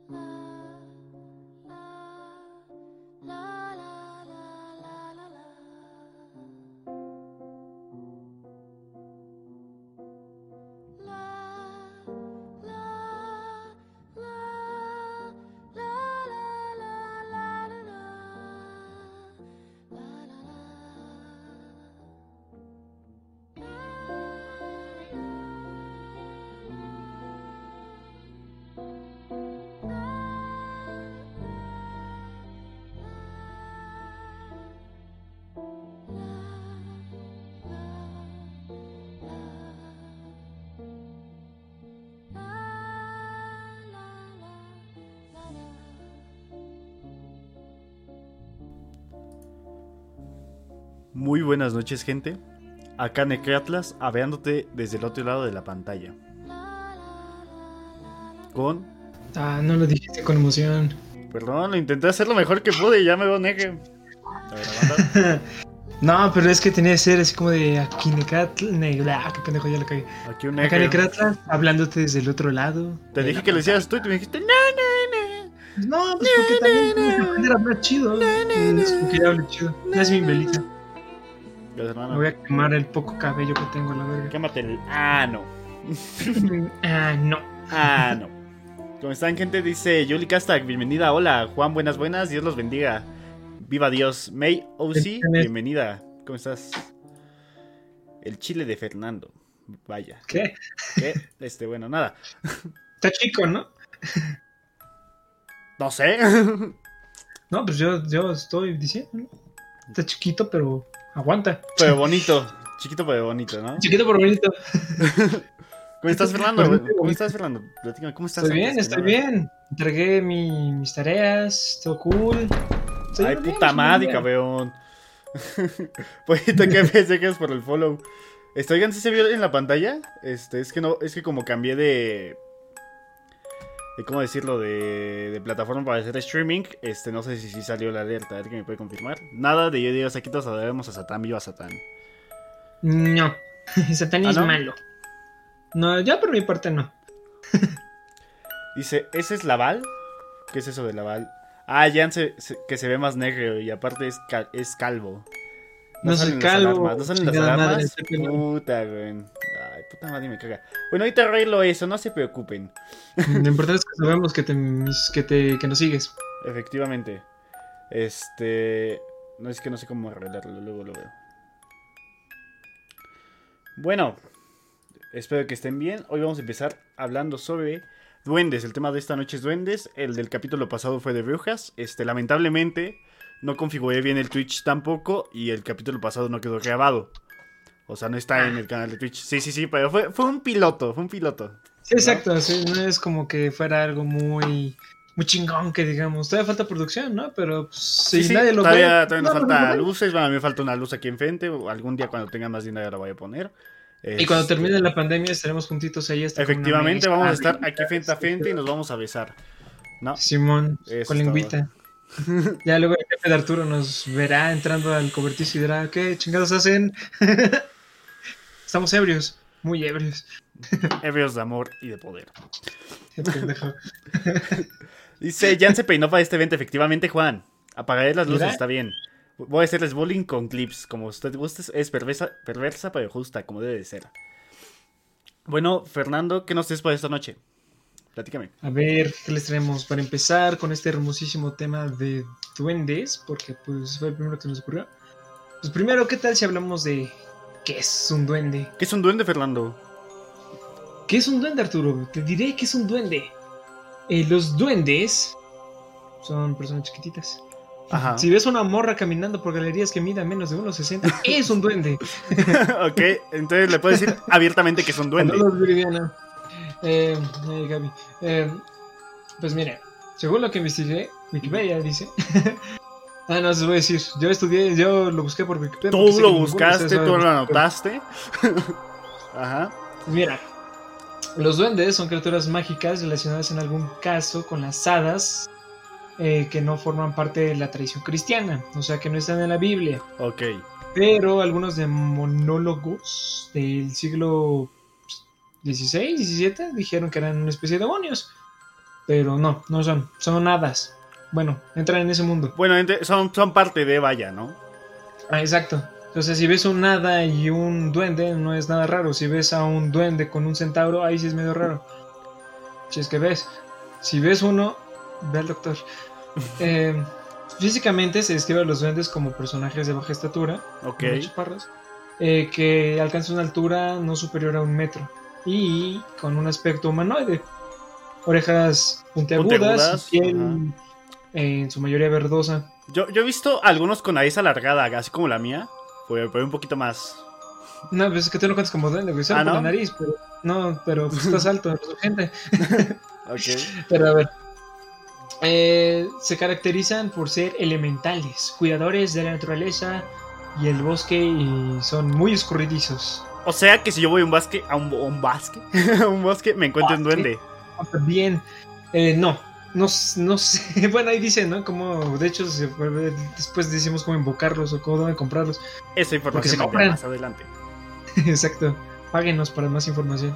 Muy buenas noches, gente. Acá Necratlas, hablándote desde el otro lado de la pantalla. Con... no lo dijiste con emoción. Perdón, lo intenté hacer lo mejor que pude y ya me veo neje. A ver, aguanta. No, pero es que tenía que ser así como de aquí Necratlas. Qué pendejo, ya lo cagué. Aquí un Acá neje. Necratlas, hablándote desde el otro lado. Te dije que lo hicieras tú y tú me dijiste No, pues porque también tienes que aprender a hablar chido. Es como que ya hablo chido. Ya es mi velita. Gracias, Me hermano. voy a quemar el poco cabello que tengo a la verga. Quémate el... no. No. No. ¿Cómo están, gente? Dice Yuli Castak, bienvenida. Hola, Juan, buenas, Dios los bendiga. Viva Dios. May OC, bienvenida. ¿Cómo estás? El chile de Fernando. Vaya. ¿Qué? Bueno, nada. Está chico, ¿no? No sé. No, pues yo estoy diciendo, ¿no? Está chiquito, pero aguanta. Pero bonito. Chiquito, pero bonito, ¿no? Chiquito, pero bonito. ¿Cómo estás, Fernando? ¿Cómo estás, Fernando? Platícame, ¿cómo estás? Estoy bien. Entregué mis tareas, todo cool. Ay, puta madre, cabrón. Poquito que pensé que es por el follow. Oigan, ¿sí se vio en la pantalla? Es que como cambié de ¿cómo decirlo? De plataforma para hacer streaming. No sé si salió la alerta. A ver que me puede confirmar. Nada de yo digo saquitos, adoremos a Satán, viva Satán. No, Satán es ¿no? malo. No, yo por mi parte no. Dice, ¿ese es Laval? ¿Qué es eso de Laval? Ah, Jan que se ve más negro y aparte es calvo. No soy calvo. ¿No salen las alarmas? Puta, güey. Ay, puta madre, me caga. Bueno, ahorita arreglo eso, no se preocupen. Lo importante es que sabemos que nos sigues. Efectivamente. No es que no sé cómo arreglarlo, luego lo veo. Bueno, espero que estén bien. Hoy vamos a empezar hablando sobre duendes. El tema de esta noche es duendes. El del capítulo pasado fue de brujas. Lamentablemente no configuré bien el Twitch tampoco y el capítulo pasado no quedó grabado. O sea, no está en el canal de Twitch. Sí, pero fue un piloto, Sí, exacto, ¿no? Sí, no es como que fuera algo muy chingón que digamos. Todavía falta producción, ¿no? Pero pues, si nadie lo todavía ve... Todavía nos falta luces. Bueno, a mí me falta una luz aquí enfrente. Algún día cuando tenga más dinero la voy a poner. Y cuando termine la pandemia estaremos juntitos ahí. Efectivamente, vamos a estar aquí frente a frente y nos vamos a besar, ¿no? Simón, con lengüita. Ya luego el jefe de Arturo nos verá entrando al cobertizo y dirá, ¿qué chingados hacen? Estamos ebrios, muy ebrios. Ebrios de amor y de poder. Qué pendejo. Dice, Jan se peinó para este evento. Efectivamente, Juan. Apagaré las luces, ¿Mira? está bien. Voy a hacerles bullying con clips. Como usted guste, es perversa pero justa, como debe de ser. Bueno, Fernando, ¿qué nos tienes para esta noche? Platícame. A ver, ¿qué les traemos? Para empezar con este hermosísimo tema de duendes, porque pues fue el primero que nos ocurrió. Pues primero, ¿qué tal si hablamos de qué es un duende? ¿Qué es un duende, Fernando? ¿Qué es un duende, Arturo? Te diré que es un duende. Los duendes son personas chiquititas. Ajá. Si ves una morra caminando por galerías que mida menos de 1.60, es un duende. Ok, entonces le puedes decir abiertamente que es un duende. Saludos, Viridiana. Gaby. Pues mira, según lo que investigué, Wikipedia dice. No, les voy a decir. Yo lo busqué por Wikipedia. Tú lo buscaste, tú lo anotaste. Ajá. Mira, los duendes son criaturas mágicas relacionadas en algún caso con las hadas. Que no forman parte de la tradición cristiana, o sea que no están en la Biblia. Ok. Pero algunos demonólogos del siglo XVI, XVII dijeron que eran una especie de demonios. pero no son hadas. Bueno, entran en ese mundo. Bueno, son parte de, vaya, ¿no? Ah, exacto. Entonces, si ves un hada y un duende, no es nada raro. Si ves a un duende con un centauro, ahí sí es medio raro. Si es que ves. Si ves uno, ve al doctor. Eh, Físicamente se describe a los duendes como personajes de baja estatura, Ok. muy chaparros, que alcanzan una altura no superior a 1 metro y con un aspecto humanoide. Orejas puntiagudas y piel en su mayoría verdosa. Yo he visto algunos con nariz alargada, así como la mía, pero un poquito más. No, pues es que tú no cuentas como duende, güey, solo por ¿no? la nariz, pero no, pero pues estás alto, eres gente. Ok. Pero a ver, se caracterizan por ser elementales, cuidadores de la naturaleza y el bosque y son muy escurridizos. O sea que si yo voy a un bosque, a un bosque, a un bosque, me encuentro un duende. Bien, no sé. Bueno, ahí dicen, ¿no? Como, de hecho, después decimos cómo invocarlos o cómo dónde comprarlos. Esa información se compran más adelante. Exacto. Páguenos para más información.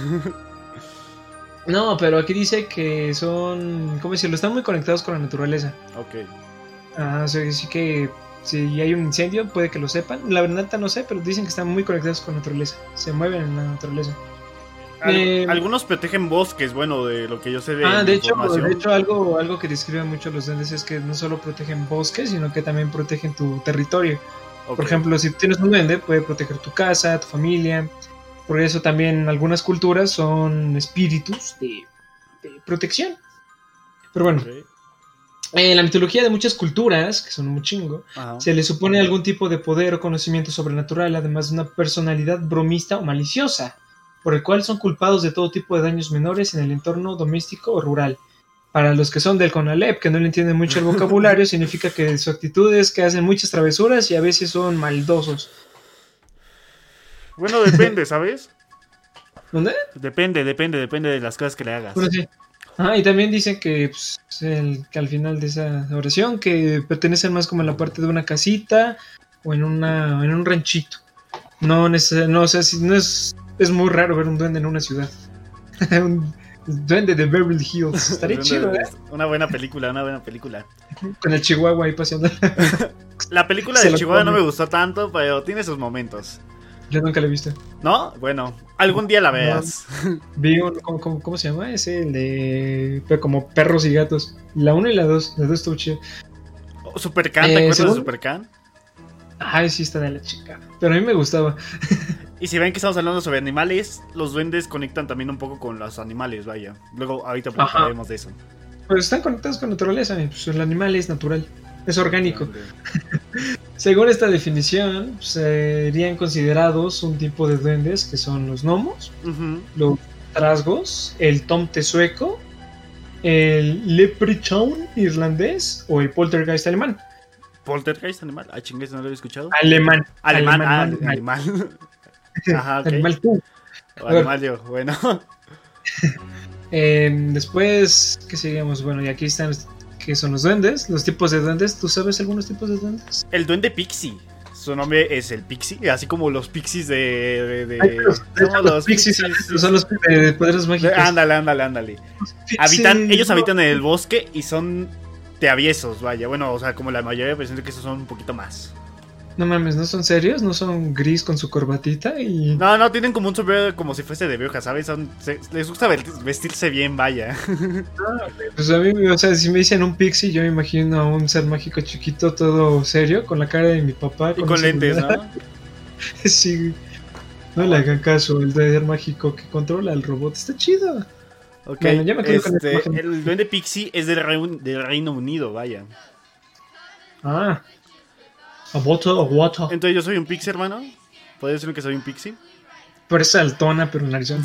No, pero aquí dice que son, ¿cómo decirlo? Están muy conectados con la naturaleza. Ok. O sea, sí que si hay un incendio puede que lo sepan. La verdad no sé, pero dicen que están muy conectados con la naturaleza. Se mueven en la naturaleza. Algunos protegen bosques, bueno, de lo que yo sé de de hecho, información. algo que describe mucho los duendes es que no solo protegen bosques, sino que también protegen tu territorio. Okay. Por ejemplo, si tienes un duende, puede proteger tu casa, tu familia. Por eso también algunas culturas son espíritus de protección. Pero bueno, en la mitología de muchas culturas, que son un chingo, se le supone algún tipo de poder o conocimiento sobrenatural, además de una personalidad bromista o maliciosa, por el cual son culpados de todo tipo de daños menores en el entorno doméstico o rural. Para los que son del CONALEP, que no le entienden mucho el vocabulario, significa que su actitud es que hacen muchas travesuras y a veces son maldosos. Bueno, depende, ¿sabes? ¿Dónde? Depende de las cosas que le hagas. Bueno, sí. Y también dicen que, pues, que al final de esa oración que pertenecen más como en la parte de una casita o en un ranchito. No, o sea, no es muy raro ver un duende en una ciudad. Un duende de Beverly Hills. Estaría chido, ¿eh? Una buena película. Con el Chihuahua ahí paseando. La película del Chihuahua no me gustó tanto, pero tiene sus momentos. Yo nunca la he visto. ¿No? Bueno, algún día la veas. Vi ¿cómo se llama? Ese, el de como perros y gatos. La 1 y la 2. La 2 estuvo chida. Supercan, ¿te acuerdas de Supercan? Ay, sí, está de la chica. Pero a mí me gustaba. Y si ven que estamos hablando sobre animales, los duendes conectan también un poco con los animales, vaya. Luego, ahorita platicaremos de eso. Pues están conectados con naturaleza. Pues el animal es natural. Es orgánico. Según esta definición, serían considerados un tipo de duendes que son los gnomos, los trasgos, el tomte sueco, el leprechaun irlandés o el poltergeist alemán. ¿Poltergeist animal? Ah, chingues, no lo había escuchado. Alemán. Animal. Ajá, ok. Animal tú. Animal yo, bueno. Después, ¿qué seguimos? Bueno, y aquí están, ¿qué son los duendes? Los tipos de duendes. ¿Tú sabes algunos tipos de duendes? El duende pixie. Su nombre es el pixie, así como los pixies de... los pixies son los de poderes mágicos. Ándale. Ellos habitan en el bosque y son traviesos, vaya. Bueno, o sea, como la mayoría, pero siento que esos son un poquito más. No mames, ¿no son serios? ¿No son gris con su corbatita? Y... No, tienen como un sombrero como si fuese de bruja, ¿sabes? Les gusta vestirse bien, vaya. Pues a mí, o sea, si me dicen un pixie, yo me imagino a un ser mágico chiquito, todo serio, con la cara de mi papá. Y con lentes, ¿no? Sí. No le hagan caso, el ser mágico que controla al robot. Está chido. Ok, bueno, ya me el duende pixie es del Reino Unido, vaya. Aguato. Entonces yo soy un pixie, hermano. ¿Podría decirme que soy un pixie? Pero es altona, pero narizón.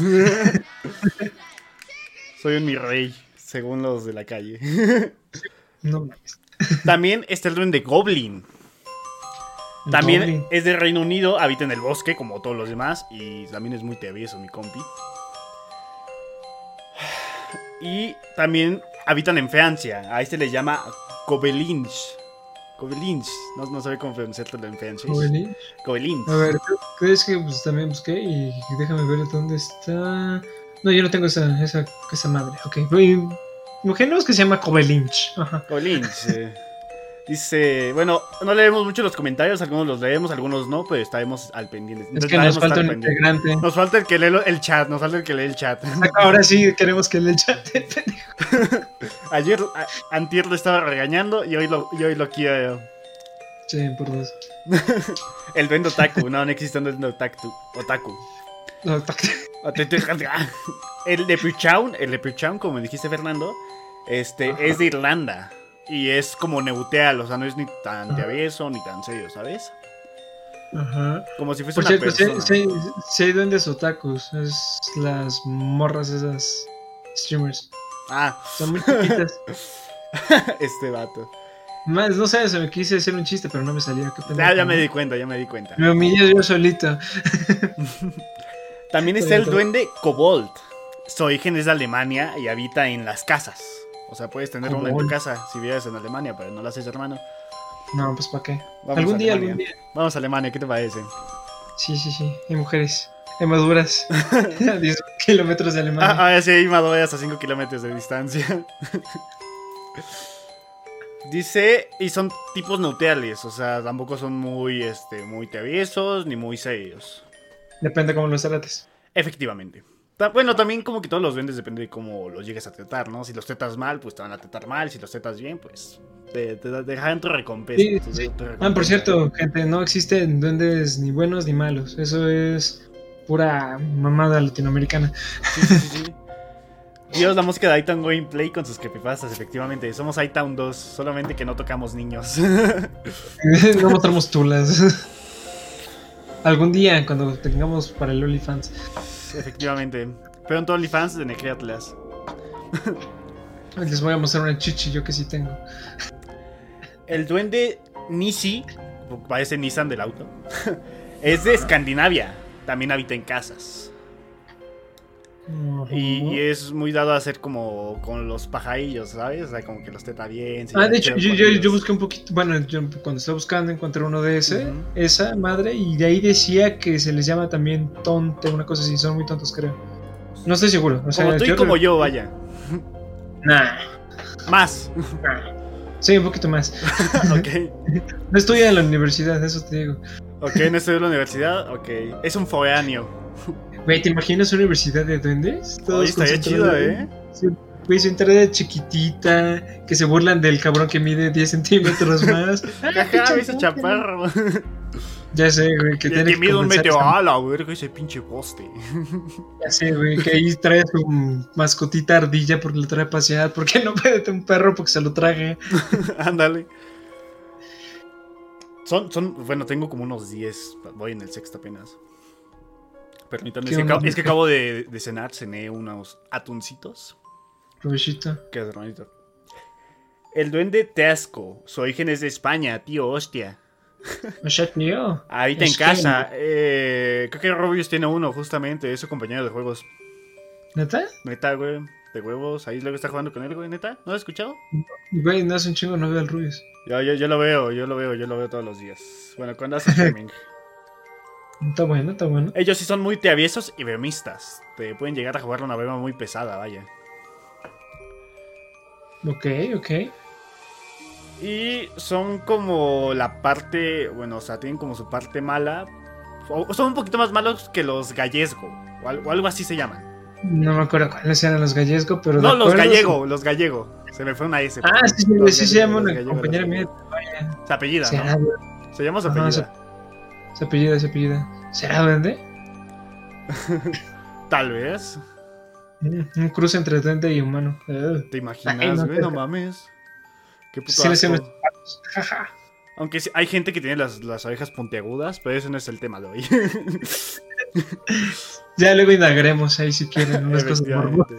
Soy un mi rey, según los de la calle. No mames. También está el duende Goblin. También es del Reino Unido, habita en el bosque como todos los demás. Y también es muy travieso, mi compi. Y también habitan en Francia. A este le llama Gobelins. No sabe cómo pronunciarlo en francés. Gobelins. A ver, ¿crees que pues, también busqué? Y déjame ver dónde está. No, yo no tengo esa madre. Ok, Ingenuos que se llama Kobelinch. Ajá. Kobelinch. Dice, bueno, no leemos mucho los comentarios, algunos los leemos, algunos no, pero estaremos al pendiente. Es que nos falta un integrante. Nos falta el que lee el chat, nos falta el que lee el chat. Ahora sí queremos que lee el chat. Antier lo estaba regañando y hoy lo quiero. Sí, por dos. El duende otaku, no existe un duende otaku. No, El Leprechaun, como dijiste, Fernando, es de Irlanda. Y es como neutral, o sea, no es ni tan travieso ni tan serio, ¿sabes? Ajá. Como si fuese por una cierto, persona. Sí hay duendes otakus. Es las morras esas streamers. Son muy chiquitas. Este vato. Más, no sé, se me quise hacer un chiste, pero no me salía. Ya me di cuenta. Me humillé yo solito. También está el duende Kobold. Su origen es de Alemania y habita en las casas. O sea, puedes tener uno en tu casa si vives en Alemania, pero no lo haces, hermano. No, pues ¿para qué? Algún día. Vamos a Alemania, ¿qué te parece? Sí. Hay mujeres. Hay maduras. A 10 kilómetros de Alemania. Sí, hay maduras a 5 kilómetros de distancia. Dice, y son tipos neutrales, o sea, tampoco son muy traviesos ni muy serios. Depende cómo los trates. Efectivamente. Bueno, también como que todos los duendes depende de cómo los llegues a tratar, ¿no? Si los tratas mal, pues te van a tratar mal. Si los tratas bien, pues te dejarán tu recompensa. Sí. Por cierto, gente, no existen duendes ni buenos ni malos. Eso es pura mamada latinoamericana. Sí. Dios, la música de iTown Gameplay con sus creepypastas, efectivamente. Somos iTown 2, solamente que no tocamos niños. No mostramos tulas. Algún día, cuando tengamos para el OnlyFans. Efectivamente. Pronto OnlyFans de Necre Atlas. Les voy a mostrar una chichi, yo que sí tengo. El duende Nisi, parece Nissan del auto, es de Escandinavia. También habita en casas. Y es muy dado a hacer como con los pajarillos, ¿sabes? O sea, como que los teta bien. De hecho, yo busqué un poquito. Bueno, yo cuando estaba buscando encontré uno de esa madre, y de ahí decía que se les llama también tonte, una cosa así. Son muy tontos, creo. No estoy seguro. O sea, como tú y como yo, vaya. Nah. Más. Sí, un poquito más. Ok. No estudia en la universidad, eso te digo. Ok, no estudia en la universidad. Ok. Es un foráneo. Güey, ¿te imaginas una universidad de duendes? Oye, estaría chido, Güey, su entrada chiquitita, que se burlan del cabrón que mide 10 centímetros más. Ajá, ese chaparro. Ya sé, güey, que tiene que mide un metro a la verga ese pinche poste. Ya sé, güey, que ahí trae su mascotita ardilla porque lo trae a pasear, porque no puede tener un perro porque se lo trague. Ándale. Bueno, tengo como unos 10, voy en el sexto apenas. Permítanme, es que acabo de cené unos atuncitos. Provechito. Qué hermanito. El duende Teasco, su origen es de España, tío, hostia. Ahorita en casa. Creo que Rubius tiene uno, justamente, es su compañero de juegos. ¿Neta? Neta, güey, de huevos. Ahí luego está jugando con él, güey, neta. ¿No lo has escuchado? Güey, no hace un chingo, no veo al Rubius. Yo lo veo todos los días. Bueno, cuando hace streaming. Está bueno. Ellos sí son muy traviesos y bremistas. Te pueden llegar a jugar una broma muy pesada, vaya. Ok. Y son como la parte... Bueno, o sea, tienen como su parte mala. O son un poquito más malos que los gallesgo. O algo así se llaman. No me acuerdo cuáles eran los gallesgo, pero... No, los gallego. Se me fue una S. Sí se llama una compañera mía. Se apellida, ¿no? Se llama su apellida. Se apellida. ¿Será duende? Tal vez. Un cruce entre duende y humano. ¿Te imaginas, güey? No mames. Qué puto asco. Aunque hay gente que tiene las orejas puntiagudas, pero ese no es el tema de hoy. Ya luego indagaremos ahí si quieren unas cosas morbosas.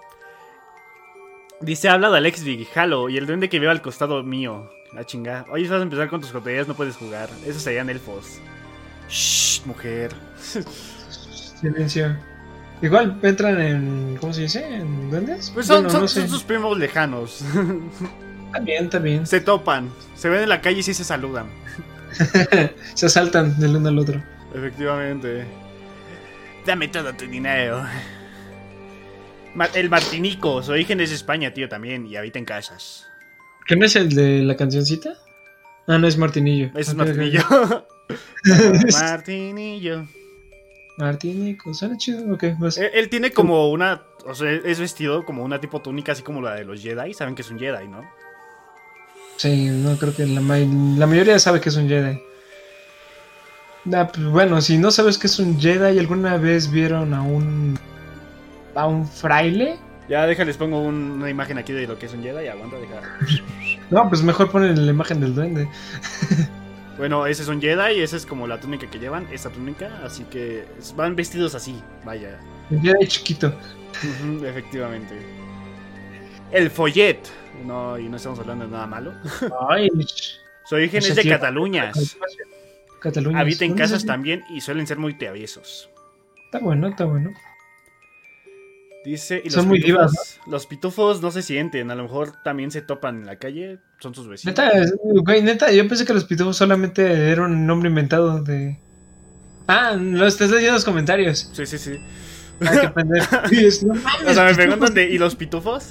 Dice, habla de Alex Big Halo y el duende que veo al costado mío. La chingada. Oye, vas a empezar con tus cotillas, no puedes jugar. Esos serían elfos. Shh, mujer. Silencio. Igual entran en... ¿Cómo se dice? ¿En duendes? Pues son sus primos lejanos. Está bien. Se topan. Se ven en la calle y sí se saludan. Se asaltan del uno al otro. Efectivamente. Dame todo tu dinero. El Martinico, su origen es España, tío, también, y habita en casas. ¿Qué no es el de la cancioncita? Ah, no, es Martinillo. Ese es Ok, Martinillo. ok. Martinillo. Martinico, suena chido, ok, vas. Él tiene como una... O sea, es vestido como una tipo túnica así como la de los Jedi. Saben que es un Jedi, ¿no? Sí, no creo que la mayoría sabe que es un Jedi. Pues, bueno, si no sabes que es un Jedi, ¿alguna vez vieron a un fraile? Ya, déjales, pongo una imagen aquí de lo que es un Jedi. Aguanta, deja. No, pues mejor ponen la imagen del duende. Bueno, ese es un Jedi, esa es como la túnica que llevan, esta túnica, así que van vestidos así, vaya. Un Jedi chiquito. Efectivamente. El Follet. No, y no estamos hablando de nada malo. Ay, Su origen es de Cataluña. Cataluña. Habita en casas también y suelen ser muy traviesos. Está bueno, está bueno. Dice, y son muy divas, ¿no? Los pitufos no se sienten, a lo mejor también se topan en la calle, son sus vecinos. Neta, yo pensé que los pitufos solamente era un nombre inventado de... Ah, lo estás leyendo en los comentarios. Sí. Ay, qué pendejo. No mames, o sea, me pitufos. preguntan de, ¿y los pitufos?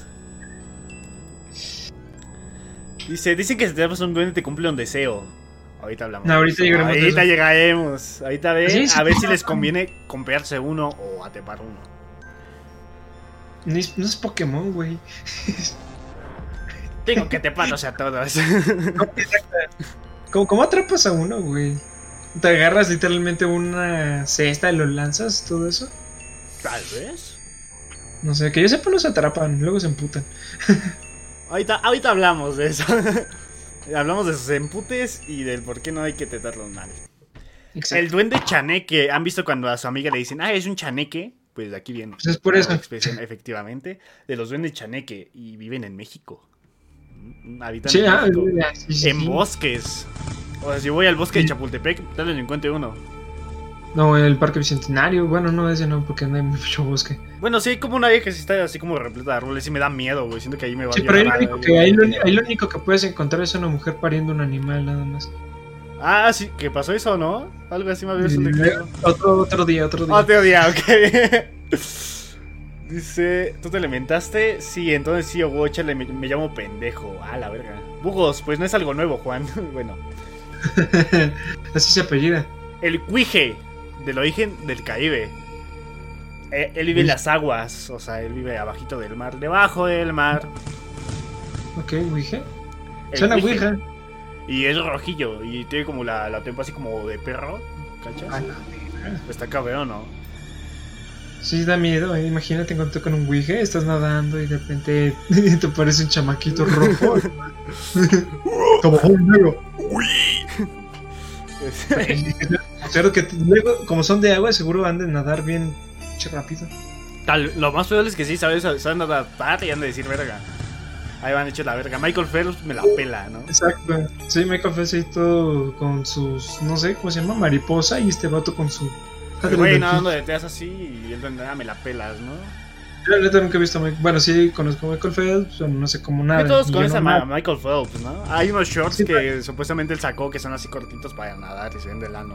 Dicen que si te das un duende te cumple un deseo. Ahorita hablamos. No, ahorita llegaremos. Ahorita llegaremos. Ahorita Sí, a ver si les conviene comprarse uno o atepar uno. No es Pokémon, güey. Tengo que teparlos a todos. ¿Cómo atrapas a uno, güey? ¿Te agarras literalmente una cesta y lo lanzas, todo eso? Tal vez. No sé, que yo sepa no se atrapan, luego se emputan. Ahorita hablamos de eso. Hablamos de sus emputes y del por qué no hay que tratarlos mal. Exacto. El duende chaneque. ¿Han visto cuando a su amiga le dicen, es un chaneque? Pues de aquí viene. Pues es por eso. La expresión, efectivamente, de los duendes chaneque y viven en México. Habitan Sí, en México. sí. En bosques. O sea, si voy al bosque de Chapultepec, tal vez me encuentre uno. No, el Parque Bicentenario. Bueno, no, ese no, porque no hay mucho bosque. Bueno, sí, hay como una área que sí está así como repleta de árboles y me da miedo, güey. Siento que ahí me va Sí, a pero llevar ahí lo único que puedes encontrar es una mujer pariendo un animal, nada más. Ah, sí, que pasó eso, ¿no? Algo así me había sentido. Otro día. Otro día, ok. Dice, ¿tú te alimentaste? Sí, entonces sí, échale, me llamo pendejo. Ah, la verga. Bugos, pues no es algo nuevo, Juan. Bueno. Así se apellida. El cuije, del origen del Caribe. Él vive en las aguas, o sea, él vive abajito del mar, debajo del mar. Ok, Ouija. Suena Ouija. Y es rojillo, y tiene como la tempa así como de perro, ¿cachas? Ah, no. Está cabrón, ¿no? Sí, da miedo, imagínate encontrarte con un Ouija, estás nadando y de repente te parece un chamaquito rojo. Como un negro. Claro que luego, como son de agua, seguro han de nadar bien rápido. Lo más peor es que sí, saben nadar y han de decir verga. Ahí van hecho la verga. Michael Phelps me la pela, ¿no? Exacto. Sí, Michael Phelps ahí todo con sus, no sé, ¿cómo se llama? Mariposa, y este vato con su... Güey, nadando de teas así y él me la pelas, ¿no? Yo neta nunca he visto a Michael... Bueno, sí, conozco a Michael Phelps, pero no sé cómo nada. Todos conocen a Michael Phelps, ¿no? Hay unos shorts sí, que supuestamente él sacó que son así cortitos para nadar y se ven del ano.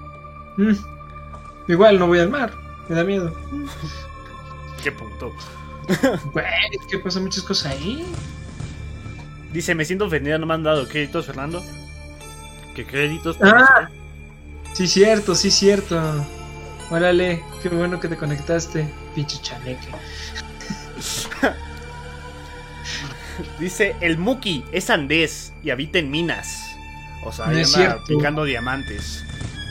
Igual no voy al mar, me da miedo. Qué punto. Güey, es que pasan muchas cosas ahí. Dice, me siento ofendida, no me han dado créditos, Fernando. ¿Qué créditos? Sí, cierto. Órale, qué bueno que te conectaste, pinche chaneque. Dice, el Muki es andés y habita en minas. O sea, no anda picando diamantes.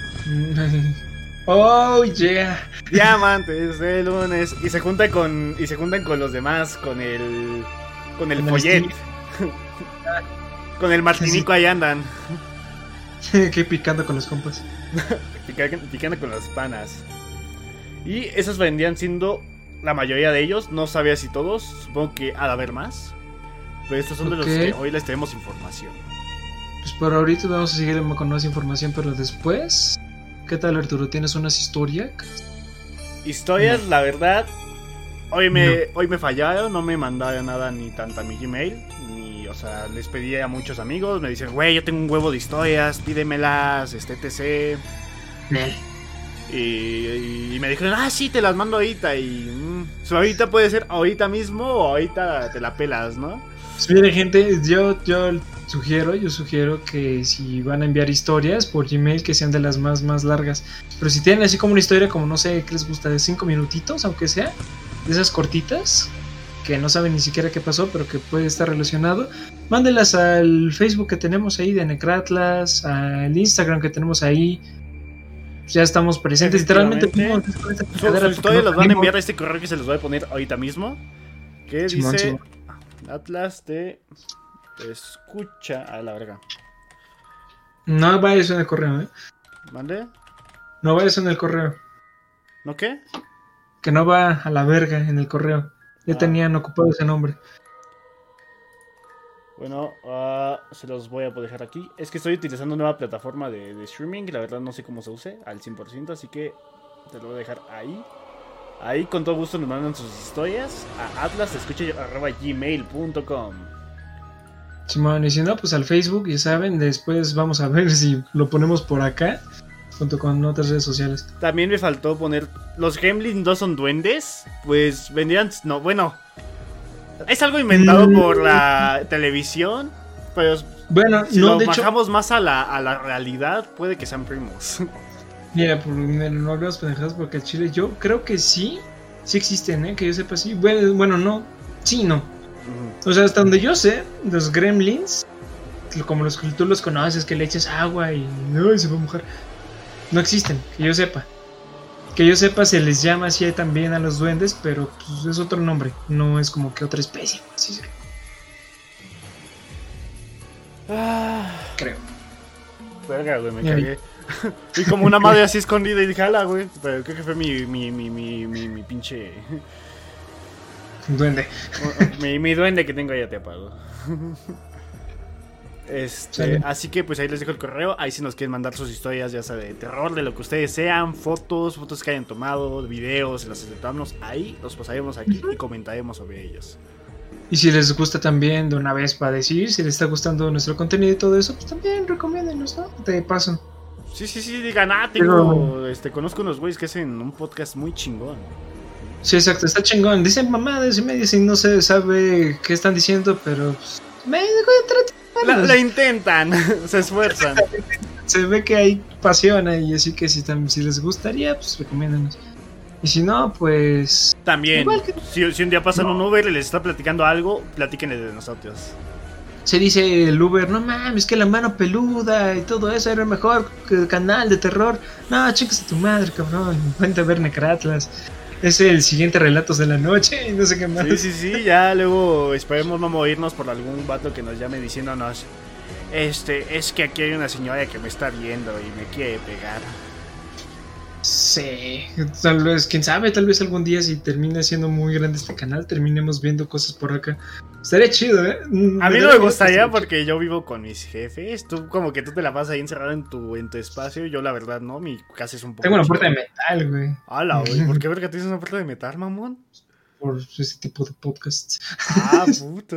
Oh, yeah. Diamantes de lunes. Y se juntan con los demás, con el Follet. Con el Martinico ahí andan. Que picando con los compas. Picando con las panas. Y esos vendían siendo la mayoría de ellos. No sabía si todos. Supongo que ha de haber más. Pero estos son de los que hoy les tenemos información. Pues por ahorita vamos a seguir con más información. Pero después, ¿qué tal, Arturo? ¿Tienes unas historias? Historias, no. La verdad, hoy me fallaron. No me mandaron nada ni tanto a mi Gmail. O sea, les pedí a muchos amigos, me dicen, güey, yo tengo un huevo de historias, pídemelas, etc. Y me dijeron, sí, te las mando ahorita. Y su ahorita puede ser ahorita mismo o ahorita te la pelas, ¿no? Pues mire, gente, yo sugiero que si van a enviar historias por Gmail, que sean de las más largas. Pero si tienen así como una historia, como no sé, ¿qué les gusta? De 5 minutitos, aunque sea, de esas cortitas, que no saben ni siquiera qué pasó, pero que puede estar relacionado, mándenlas al Facebook que tenemos ahí de Necratlas, al Instagram que tenemos ahí. Ya estamos presentes, literalmente. Sus historias las van a enviar a este correo que se los voy a poner ahorita mismo, que dice Atlas te escucha a la verga. No va eso en el correo, ¿Mande? No va eso en el correo. ¿No qué? Que no va a la verga en el correo. Ya tenían ocupado ese nombre. Bueno, se los voy a dejar aquí. Es que estoy utilizando una nueva plataforma de streaming. La verdad no sé cómo se use al 100%, así que te lo voy a dejar ahí. Ahí con todo gusto nos mandan sus historias a atlasescucha@gmail.com. Simón, y si no, pues al Facebook, ya saben. Después vamos a ver si lo ponemos por acá, junto con otras redes sociales. También me faltó poner, los Gremlins 2 son duendes. Pues vendrían, no, bueno, es algo inventado por la televisión. Pero bueno, si no, lo de bajamos más a la realidad, puede que sean primos. Mira, no hablamos pendejadas porque el chile, yo creo que sí existen, que yo sepa, sí. Bueno, no, sí, no. O sea, hasta donde yo sé, los Gremlins, como tú los conoces, que le eches agua y no, se va a mojar, no existen, que yo sepa. Que yo sepa, se les llama así también a los duendes, pero pues, es otro nombre, no es como que otra especie, así creo. Verga, güey, me cagué. Y como una madre así escondida y dije, ala, güey. Pero creo que fue mi pinche duende. mi duende que tengo ahí atrapado. Así que pues ahí les dejo el correo. Ahí si nos quieren mandar sus historias, ya sea de terror, de lo que ustedes sean, fotos que hayan tomado, videos, las aceptamos ahí, los pasaremos aquí y comentaremos sobre ellos. Y si les gusta también, de una vez para decir, si les está gustando nuestro contenido y todo eso, pues también recomiéndenos, ¿no? De paso. Sí, digan, conozco unos güeyes que hacen un podcast muy chingón. Sí, exacto, está chingón. Dicen mamadas y medias y no se sabe qué están diciendo, pero pues, la intentan, se esfuerzan. Se ve que hay pasión ahí, así que si les gustaría, pues recomiéndanos. Y si no, pues... También, si un día pasan un Uber y les está platicando algo, platíquenle de nosotros. Se dice el Uber, no mames, que la mano peluda y todo eso era el mejor canal de terror. No, chicas a tu madre, cabrón. Cuenta ver Necratlas. Es el siguiente Relatos de la Noche y no sé qué más. Sí, ya luego esperemos no morirnos por algún vato que nos llame diciéndonos: es que aquí hay una señora que me está viendo y me quiere pegar. Sí, tal vez, quién sabe, tal vez algún día si termina siendo muy grande este canal, terminemos viendo cosas por acá. Estaría chido, A mí no me gustaría porque yo vivo con mis jefes. Tú como que tú te la vas ahí encerrado en tu espacio. Yo la verdad no, mi casa es un poco... Tengo una puerta de metal, güey. Hala, güey, ¿por qué verga tienes una puerta de metal, mamón? Por ese tipo de podcasts. Puto,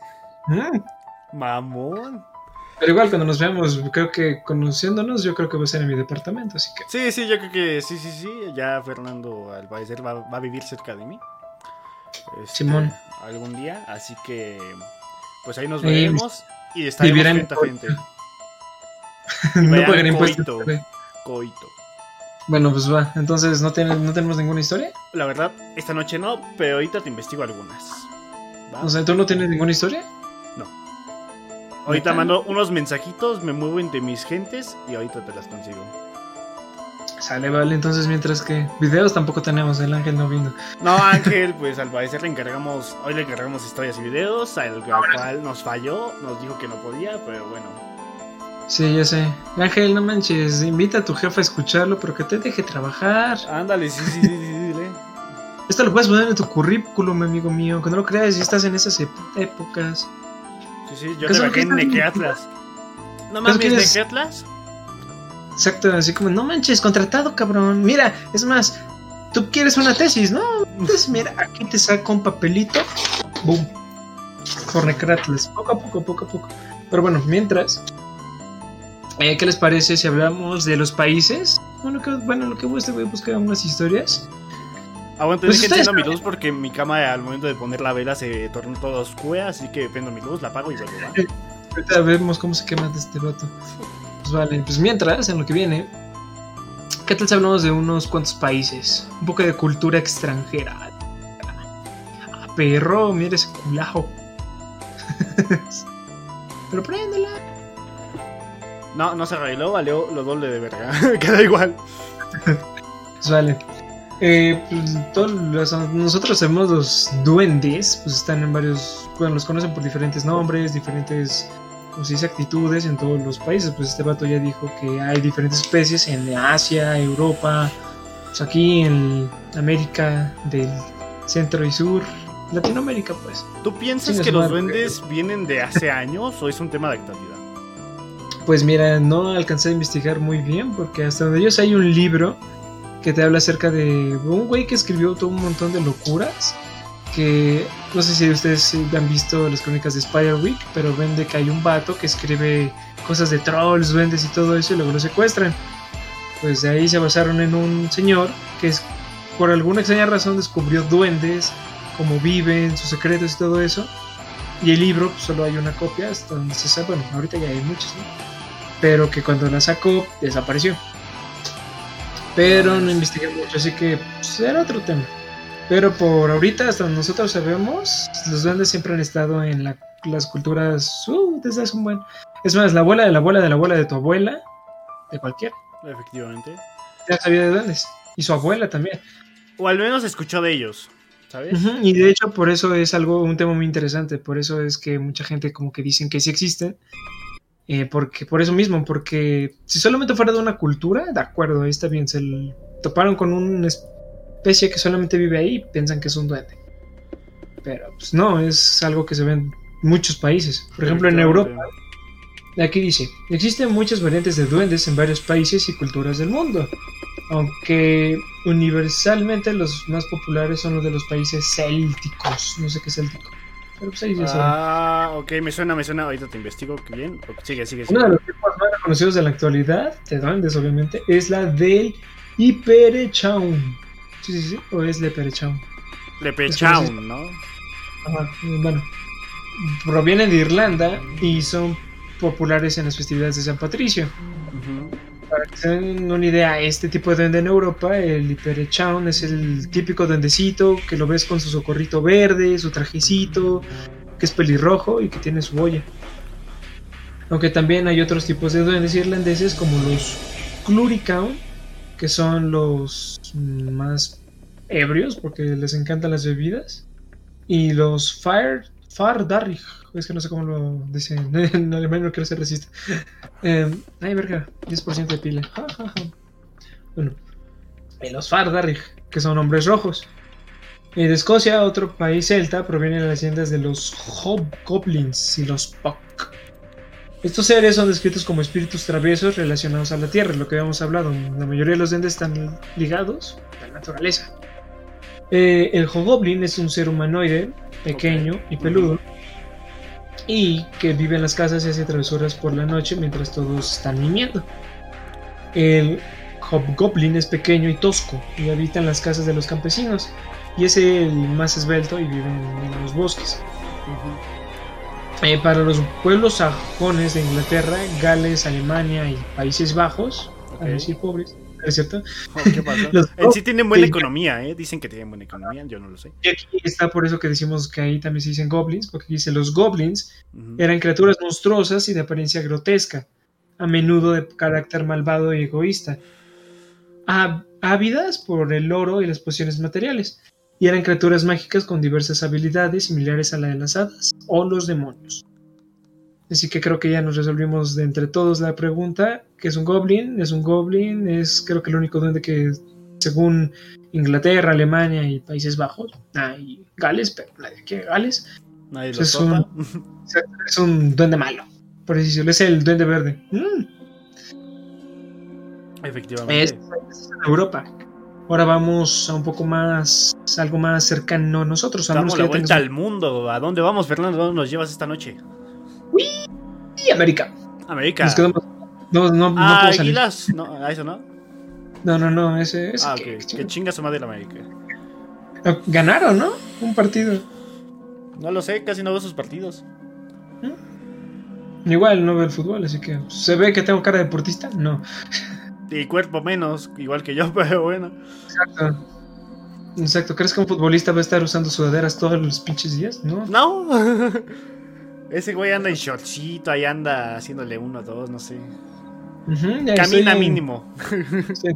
Mamón. Pero igual cuando nos veamos, creo que conociéndonos, yo creo que va a ser en mi departamento, así que... Sí, yo creo que sí. Ya Fernando al parecer va a vivir cerca de mí. Simón. Algún día, así que pues ahí nos veremos y estaremos frente a frente. No pagan impuestos. Coito. Bueno, pues va. Entonces, ¿no tenemos ninguna historia? La verdad, esta noche no, pero ahorita te investigo algunas. ¿Va? O sea, ¿tú no tienes ninguna historia? Ahorita mando unos mensajitos, me muevo entre mis gentes y ahorita te las consigo. Sale, vale, entonces mientras que videos tampoco tenemos, el Ángel no vino. No, Ángel, pues al parecer hoy le encargamos historias y videos, al cual nos falló, nos dijo que no podía, pero bueno. Sí, ya sé. Ángel, no manches, invita a tu jefe a escucharlo, pero que te deje trabajar. Ándale, sí, dile. Esto lo puedes poner en tu currículum, amigo mío, que no lo creas, si estás en esas épocas. Sí, yo trabajé en Necratlas. ¿No mames, Necratlas? Exacto, así como, no manches, contratado, cabrón. Mira, es más, tú quieres una tesis, ¿no? Pues mira, aquí te saco un papelito. Boom. Por Necratlas, poco a poco. Pero bueno, mientras, ¿Qué les parece si hablamos de los países? Lo que voy a buscar unas historias. Aguanta, Pues es que ustedes enciendo mi luz porque mi cama al momento de poner la vela se tornó toda oscura, así que prendo mi luz, la apago y vuelvo, ¿va? Ahorita vemos cómo se quema de este vato. Pues vale, pues mientras, en lo que viene, ¿qué tal si hablamos de unos cuantos países? Un poco de cultura extranjera. Ah, perro, mira ese culajo. Pero préndela. No se arregló, valió lo doble de verga. Queda igual. Pues vale. Pues nosotros sabemos los duendes, pues están en varios, bueno, los conocen por diferentes nombres, diferentes, como se dice, actitudes en todos los países. Pues este vato ya dijo que hay diferentes especies en Asia, Europa, pues aquí en América del centro y sur, Latinoamérica, pues. ¿Tú piensas que los duendes vienen de hace años o es un tema de actualidad? Pues mira, no alcancé a investigar muy bien porque hasta donde yo sé hay un libro que te habla acerca de un güey que escribió todo un montón de locuras, que no sé si ustedes han visto las crónicas de Spiderwick, pero ven de que hay un vato que escribe cosas de trolls, duendes y todo eso y luego lo secuestran. Pues de ahí se basaron en un señor que por alguna extraña razón descubrió duendes, cómo viven, sus secretos y todo eso. Y el libro pues, solo hay una copia hasta donde se sabe, bueno, ahorita ya hay muchos, ¿no? Pero que cuando la sacó desapareció. Pero no investigué mucho, así que pues, era otro tema. Pero por ahorita, hasta donde nosotros sabemos, los duendes siempre han estado en las culturas desde hace un buen. Es más, la abuela de la abuela de la abuela de tu abuela, de cualquiera, Efectivamente. ya sabía de duendes. Y su abuela también. O al menos escuchó de ellos, ¿sabes? Uh-huh. Y de hecho, por eso es un tema muy interesante. Por eso es que mucha gente como que dicen que sí existen. Porque por eso mismo, porque si solamente fuera de una cultura, de acuerdo, ahí está bien, toparon con una especie que solamente vive ahí y piensan que es un duende. Pero pues no, es algo que se ve en muchos países. Por ejemplo, en Europa, aquí dice, existen muchas variantes de duendes en varios países y culturas del mundo, aunque universalmente los más populares son los de los países célticos. No sé qué es céltico. Pero pues ahí ok, me suena, ahorita te investigo, qué bien. Sigue. Uno de los tipos más reconocidos de la actualidad, de duendes obviamente, es la del Leprechaun. Sí, o es Leprechaun. Leprechaun, ¿no? Ajá, bueno. Provienen de Irlanda y son populares en las festividades de San Patricio. Uh-huh. Para que se den una idea, este tipo de duende en Europa, el Leprechaun, es el típico duendecito que lo ves con su socorrito verde, su trajecito, que es pelirrojo y que tiene su boya. Aunque también hay otros tipos de duendes irlandeses como los Cluricaun, que son los más ebrios porque les encantan las bebidas, y los Fardarrig, es que no sé cómo lo dicen en alemán, no quiero ser racista. Ay, verga, 10% de pila. Bueno, los Fardarrig, que son hombres rojos. De Escocia, otro país celta, provienen las leyendas de los Hobgoblins y los Puck. Estos seres son descritos como espíritus traviesos relacionados a la tierra, lo que habíamos hablado. La mayoría de los duendes están ligados a la naturaleza. El Hobgoblin es un ser humanoide, pequeño y peludo, y que vive en las casas y hace travesuras por la noche mientras todos están durmiendo. El Hobgoblin es pequeño y tosco y habita en las casas de los campesinos, y es el más esbelto y vive en los bosques. Para los pueblos sajones de Inglaterra, Gales, Alemania y Países Bajos, a decir pobres, ¿es cierto? ¿Qué pasa? En sí tienen buena economía, dicen que tienen buena economía, yo no lo sé. Y aquí está por eso que decimos que ahí también se dicen goblins, porque dice los goblins eran criaturas monstruosas y de apariencia grotesca, a menudo de carácter malvado y egoísta, ávidas por el oro y las pociones materiales, y eran criaturas mágicas con diversas habilidades similares a la de las hadas o los demonios. Así que creo que ya nos resolvimos de entre todos la pregunta, ¿qué es un goblin? Es un goblin, es creo que el único duende que según Inglaterra, Alemania y Países Bajos, y Gales, pero nadie quiere Gales, nadie pues lo es un duende malo, por así decirlo, es el duende verde. Efectivamente. Es en Europa. Ahora vamos a un poco más, algo más cercano a nosotros. Damos la vuelta al mundo. ¿A dónde vamos, Fernando? ¿Dónde nos llevas esta noche? ¡Uy! América. América. Nos quedamos No puedo salir. Águilas. No, a eso no. No, ese Ok. Que chinga su madre la América. Ganaron, ¿no? Un partido. No lo sé, casi no veo sus partidos. Igual no veo el fútbol, así que... ¿Se ve que tengo cara de deportista? No. Y cuerpo menos, igual que yo, pero bueno. Exacto. ¿Crees que un futbolista va a estar usando sudaderas todos los pinches días? No. Ese güey anda en shortcito, ahí anda haciéndole 1 o 2, no sé. Camina mínimo. Sí.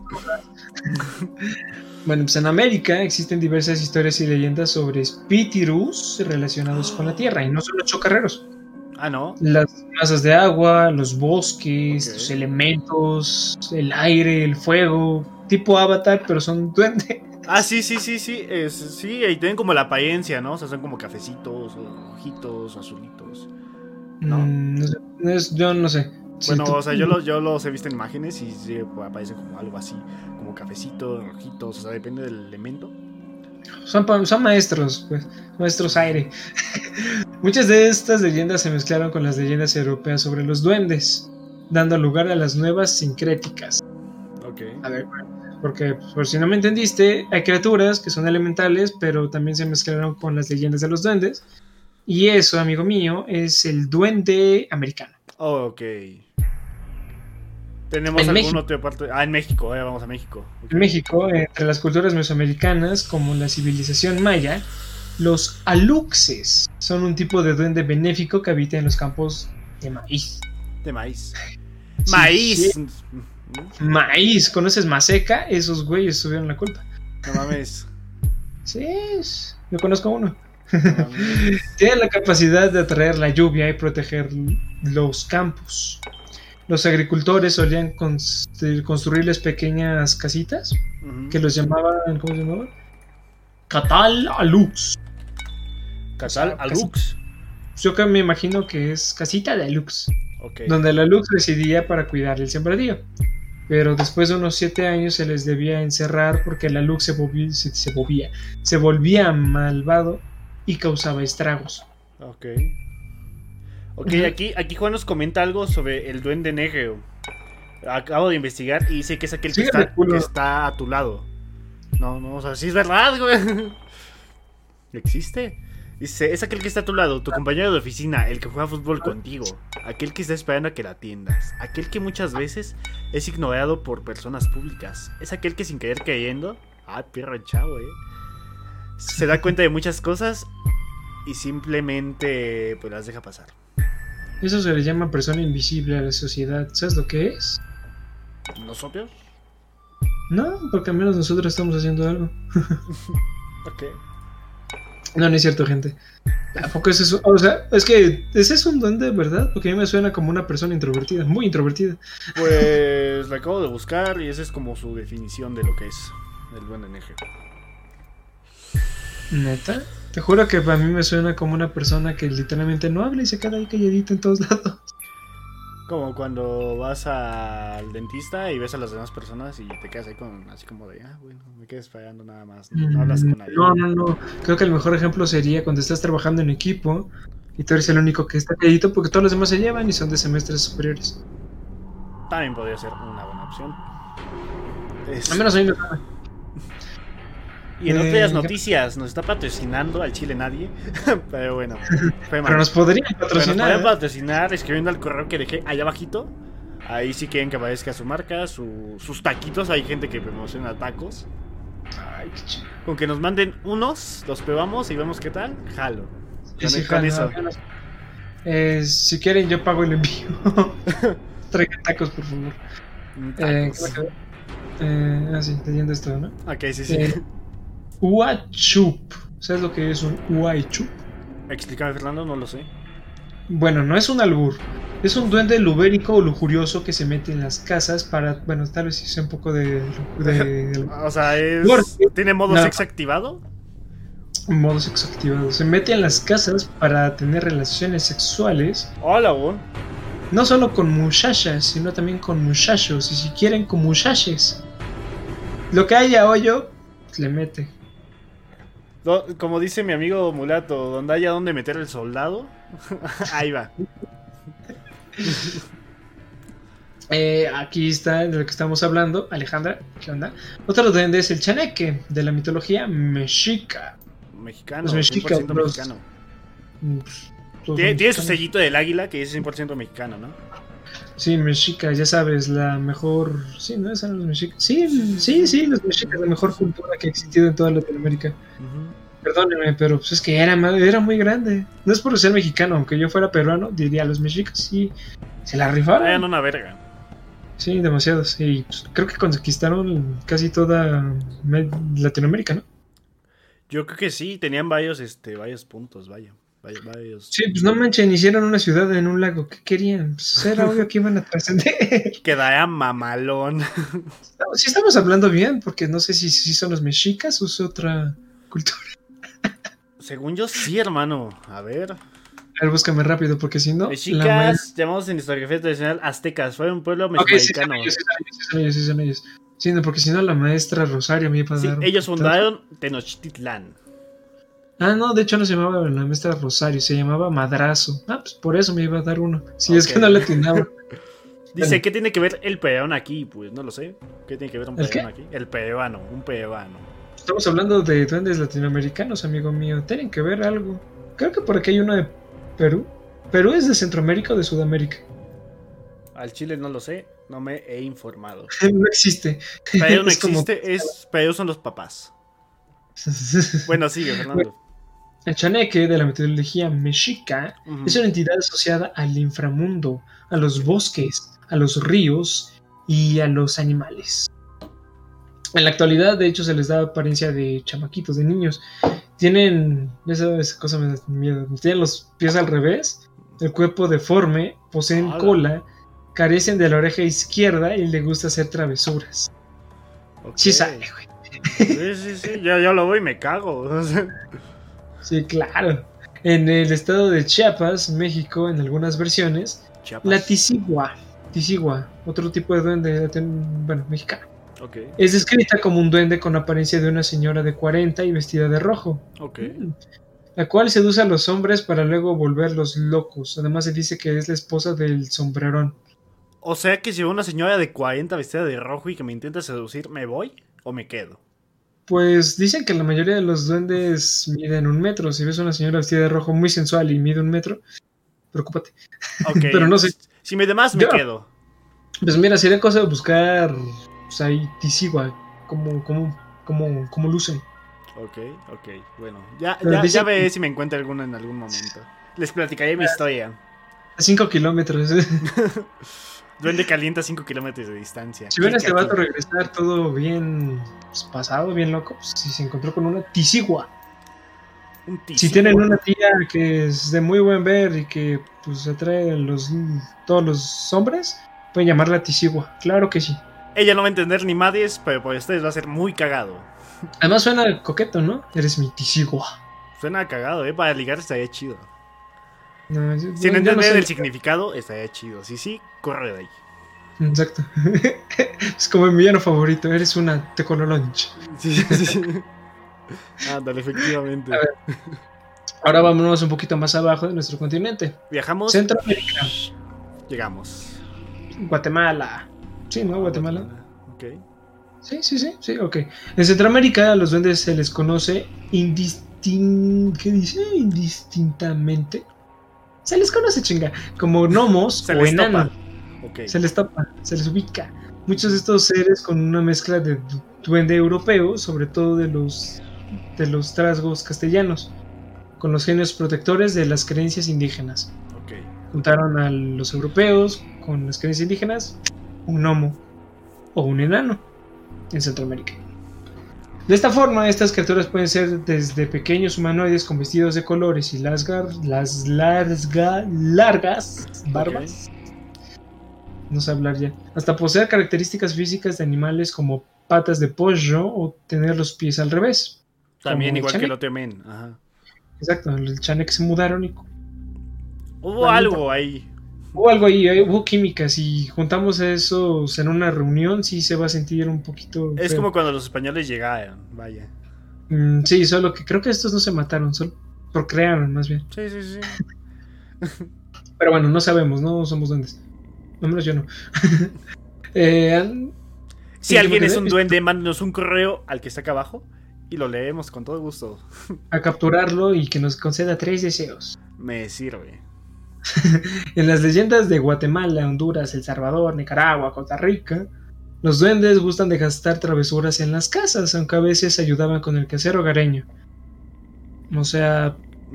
Bueno, pues en América existen diversas historias y leyendas sobre espíritus relacionados con la Tierra, y no solo chocarreros. ¿No? Las masas de agua, los bosques, los elementos, el aire, el fuego, tipo Avatar, pero son duendes. Sí. Sí, y tienen como la apariencia, ¿no? O sea, son como cafecitos, o rojitos, azulitos. ¿No? Yo no sé. Bueno, o sea, yo los he visto en imágenes y sí aparecen como algo así, como cafecitos, rojitos, o sea, depende del elemento. Son maestros, pues, maestros aire. Muchas de estas leyendas se mezclaron con las leyendas europeas sobre los duendes, dando lugar a las nuevas sincréticas. Ok. A ver, porque por si no me entendiste, hay criaturas que son elementales, pero también se mezclaron con las leyendas de los duendes. Y eso, amigo mío, es el duende americano. Ok. ¿Tenemos algún otro parte? En México, vamos a México. Okay. En México, entre las culturas mesoamericanas, como la civilización maya, los aluxes son un tipo de duende benéfico que habita en los campos de maíz. De maíz. Sí, ¡Maíz! Sí. Maíz, ¿conoces Maseca? Esos güeyes tuvieron la culpa. No mames. Sí, yo conozco a uno. No tienen la capacidad de atraer la lluvia y proteger los campos. Los agricultores solían construirles pequeñas casitas que los llamaban, ¿cómo se llamaban? Catal alux. ¿Catal alux? Yo que me imagino que es casita de alux. Okay. Donde la alux residía para cuidar el sembradío. Pero después de unos 7 años se les debía encerrar porque la alux se volvía malvado y causaba estragos. Ok, aquí Juan nos comenta algo sobre el duende negro. Acabo de investigar y dice que es aquel que está a tu lado. No, o sea, sí es verdad, güey. ¿Existe? Dice, es aquel que está a tu lado, tu compañero de oficina, el que juega fútbol contigo, aquel que está esperando a que la atiendas, aquel que muchas veces es ignorado por personas públicas, es aquel que sin querer cayendo, perro el chavo, se da cuenta de muchas cosas y simplemente pues las deja pasar. Eso se le llama persona invisible a la sociedad. ¿Sabes lo que es? ¿Nosotros? No, porque al menos nosotros estamos haciendo algo. Ok. No es cierto, gente. Tampoco es eso. O sea, es que ese es un duende, ¿verdad? Porque a mí me suena como una persona introvertida, muy introvertida. Pues la acabo de buscar y esa es como su definición de lo que es el duende negro. ¿Neta? Te juro que para mí me suena como una persona que literalmente no habla y se queda ahí calladita en todos lados. Como cuando vas al dentista y ves a las demás personas y te quedas ahí así como de, bueno, me quedo esperando nada más. No hablas con nadie. No. Creo que el mejor ejemplo sería cuando estás trabajando en equipo y tú eres el único que está calladito porque todos los demás se llevan y son de semestres superiores. También podría ser una buena opción. Al menos a mí me suena. Y en otras noticias, nos está patrocinando al Chile nadie. Pero bueno, pero nos podrían patrocinar. Nos podrían patrocinar escribiendo al correo que dejé allá abajito. Ahí si quieren que aparezca su marca, sus taquitos. Hay gente que promociona tacos. Ay, qué chido. Con que nos manden unos, los probamos y vemos qué tal. Jalo. Con eso. Si quieren, yo pago el envío. Traigan tacos, por favor. Sí, leyendo esto, ¿no? Ok, sí. Uachup. ¿Sabes lo que es un Uachup? Explícame, Fernando, no lo sé. Bueno, no es un albur. Es un duende lubérico o lujurioso que se mete en las casas para... Bueno, tal vez sea un poco de o sea, ¿tiene modo sex activado? Modo sex activado. Se mete en las casas para tener relaciones sexuales. Hola, güey. No solo con muchachas, sino también con muchachos. Y si quieren, con muchaches. Lo que haya hoyo, le mete. Como dice mi amigo Mulato, donde haya donde meter el soldado, ahí va. Aquí está de lo que estamos hablando, Alejandra, ¿qué onda? Otro duende es el chaneque, de la mitología mexica. Mexicano, Los mexicas, 100% los- mexicano. pues, todos Tiene son su mexicanos. sellito del águila que dice 100% mexicano, ¿no? Sí, mexica, ya sabes, la mejor... Sí, ¿no? Son los mexicas. Sí, los mexicas, la mejor cultura que ha existido en toda Latinoamérica. Ujú. Perdóneme, pero pues es que era muy grande. No es por ser mexicano, aunque yo fuera peruano, diría los mexicas sí se la rifaron. Eran una verga. Sí, demasiados. Y pues, creo que conquistaron casi toda Latinoamérica, ¿no? Yo creo que sí, tenían varios puntos, varios. Sí, pues no manchen, hicieron una ciudad en un lago. ¿Qué querían? Pues era obvio que iban a trascender. Quedaría mamalón. Sí estamos hablando bien, porque no sé si son los mexicas o es otra cultura. Según yo sí, hermano. A ver. A ver, búscame rápido, porque si no... Mexicas, llamados en historiografía tradicional aztecas, fue un pueblo Ok, sí son mesoamericano. ellos, sí son ellos, sí son ellos. Sí, no, porque si no la maestra Rosario me iba a Sí, dar... ellos fundaron Tenochtitlán. Ah, no, de hecho no se llamaba la maestra Rosario, se llamaba Madrazo. Ah, pues por eso me iba a dar uno. Si es que no le atinaba. Dice, Bueno. ¿qué tiene que ver el peruano aquí? Pues no lo sé. ¿Qué tiene que ver un ¿El qué? peruano aquí? El peruano, un peruano. Estamos hablando de duendes latinoamericanos, amigo mío. Tienen que ver algo. Creo que por aquí hay uno de Perú. ¿Perú es de Centroamérica o de Sudamérica? Al Chile no lo sé, no me he informado. No existe. Perú no Es como- existe, Perú son los papás. Bueno, sigue, Fernando. El chaneque de la mitología mexica Ujú. es una entidad asociada al inframundo, a los bosques, a los ríos y a los animales. En la actualidad, de hecho, se les da apariencia de chamaquitos, de niños. Tienen, ya sabes, esa cosa me da miedo. Tienen los pies al revés, el cuerpo deforme, poseen ¡Hala! cola, carecen de la oreja izquierda y les gusta hacer travesuras. Ok. Sí sale, güey. Sí, yo lo voy y me cago. Sí, claro. En el estado de Chiapas, México, en algunas versiones, Chiapas. la tisigua, otro tipo de duende, bueno, mexicano, Ok, es descrita como un duende con apariencia de una señora de 40 y vestida de rojo. ok. La cual seduce a los hombres para luego volverlos locos. Además se dice que es la esposa del sombrerón. O sea que si veo una señora de 40 vestida de rojo y que me intenta seducir, ¿me voy o me quedo? Pues dicen que la mayoría de los duendes miden 1 metro. Si ves una señora vestida de rojo muy sensual y mide 1 metro, preocúpate. Ok, Pero no sé. Si me demás, me Yo- quedo. Pues mira, sería cosa de buscar pues, ahí tisigua, como lucen. Ok, bueno. Ya Dice- veré si me encuentro alguno en algún momento. Les platicaré mi historia. A 5 kilómetros. Duende calienta a 5 kilómetros de distancia. Si ven a este Clic vato aquí. regresar todo bien pues, pasado, bien loco, pues, si se encontró con una tisigua. Un Si tisico. tienen una tía que es de muy buen ver y que pues atrae a todos los hombres, pueden llamarla tisigua. Claro que sí. Ella no va a entender ni madres, pero por ustedes va a ser muy cagado. Además suena coqueto, ¿no? Eres mi tisigua. Suena cagado, para ligar estaría chido. No, Si no yo entender sé. el significado, estaría chido. Sí, corre de ahí. Exacto. Es como mi villano favorito. Eres una tecololonch. Sí. Ándale, efectivamente. A ver. Ahora vámonos un poquito más abajo de nuestro continente. Viajamos. Centroamérica. Llegamos. Guatemala. Sí, ¿no? Guatemala. Ok. Sí, ok. En Centroamérica a los duendes se les conoce ¿qué dice? Indistintamente. Se les conoce, chinga, como gnomos Se o les enanos. topa. Ok. Se les topa, se les ubica. Muchos de estos seres con una mezcla de duende europeo, sobre todo de los trasgos castellanos, con los genios protectores de las creencias indígenas. Ok. Juntaron a los europeos con las creencias indígenas, un gnomo o un enano en Centroamérica. De esta forma, estas criaturas pueden ser desde pequeños humanoides con vestidos de colores y las largas barbas, no sé hablar ya, hasta poseer características físicas de animales como patas de pollo o tener los pies al revés. También Como igual el que el Chanek. otro men. Ajá. Exacto, el Chanek se mudaron y Hubo algo ahí. hubo algo ahí, hubo química. Si juntamos esos en una reunión, sí se va a sentir un poquito Es feo. como cuando los españoles llegaron. Vaya. Sí, solo que creo que estos no se mataron, solo procrearon más bien. Sí. Pero bueno, no sabemos, no somos duendes. al menos yo no. Si alguien es un duende, mándenos un correo al que está acá abajo y lo leemos con todo gusto. A capturarlo y que nos conceda 3 deseos. Me sirve. En las leyendas de Guatemala, Honduras, El Salvador, Nicaragua, Costa Rica, los duendes gustan de gastar travesuras en las casas, aunque a veces ayudaban con el quehacer hogareño. O sea,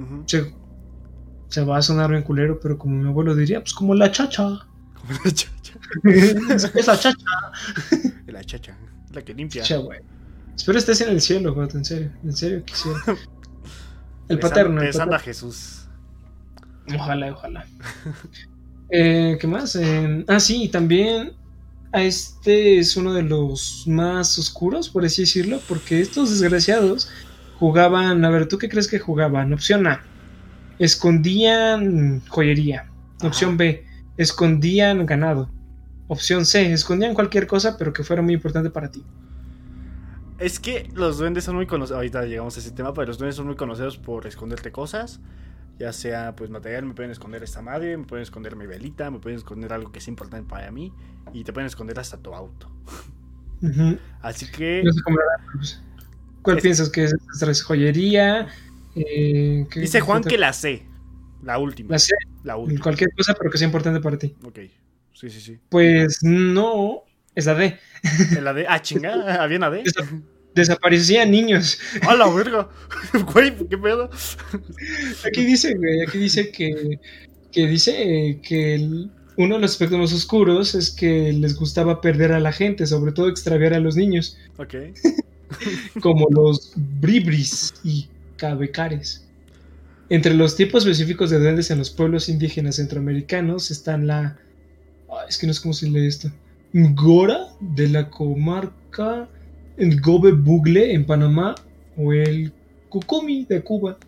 se va a sonar bien culero, pero como mi abuelo diría, pues como la chacha. Como la chacha. Es la chacha. La chacha, la que limpia. Chacha, güey. Espero estés en el cielo, güey, en serio quisiera. El paterno. Rezando a Jesús. Ojalá. ¿Qué más? Sí, también este es uno de los más oscuros, por así decirlo, porque estos desgraciados jugaban, a ver, ¿tú qué crees que jugaban? Opción A, escondían joyería. Opción B, escondían ganado. Opción C, escondían cualquier cosa, pero que fuera muy importante para ti. Es que los duendes son muy conocidos. Ahorita llegamos a ese tema, pero los duendes son muy conocidos por esconderte cosas. Ya sea, pues, material, me pueden esconder esta madre, me pueden esconder mi velita, me pueden esconder algo que es importante para mí. Y te pueden esconder hasta tu auto. Así que... No sé cómo ¿cuál piensas que es joyería? Dice Juan que la C. La última. La C. La última. Cualquier cosa, pero que sea importante para ti. Ok. Sí. Pues no, es la D. ¿En la D? Ah, chingada, ¿había una D? Desaparecían niños. ¡A la verga! Güey, ¿qué pedo? Aquí dice que uno de los aspectos más oscuros es que les gustaba perder a la gente, sobre todo extraviar a los niños. Ok. Como los bribris y cabecares. Entre los tipos específicos de duendes en los pueblos indígenas centroamericanos están es que no sé cómo se lee esto. Ngora, de la comarca Ngobe Bugle, en Panamá, o el Kukomi, de Cuba.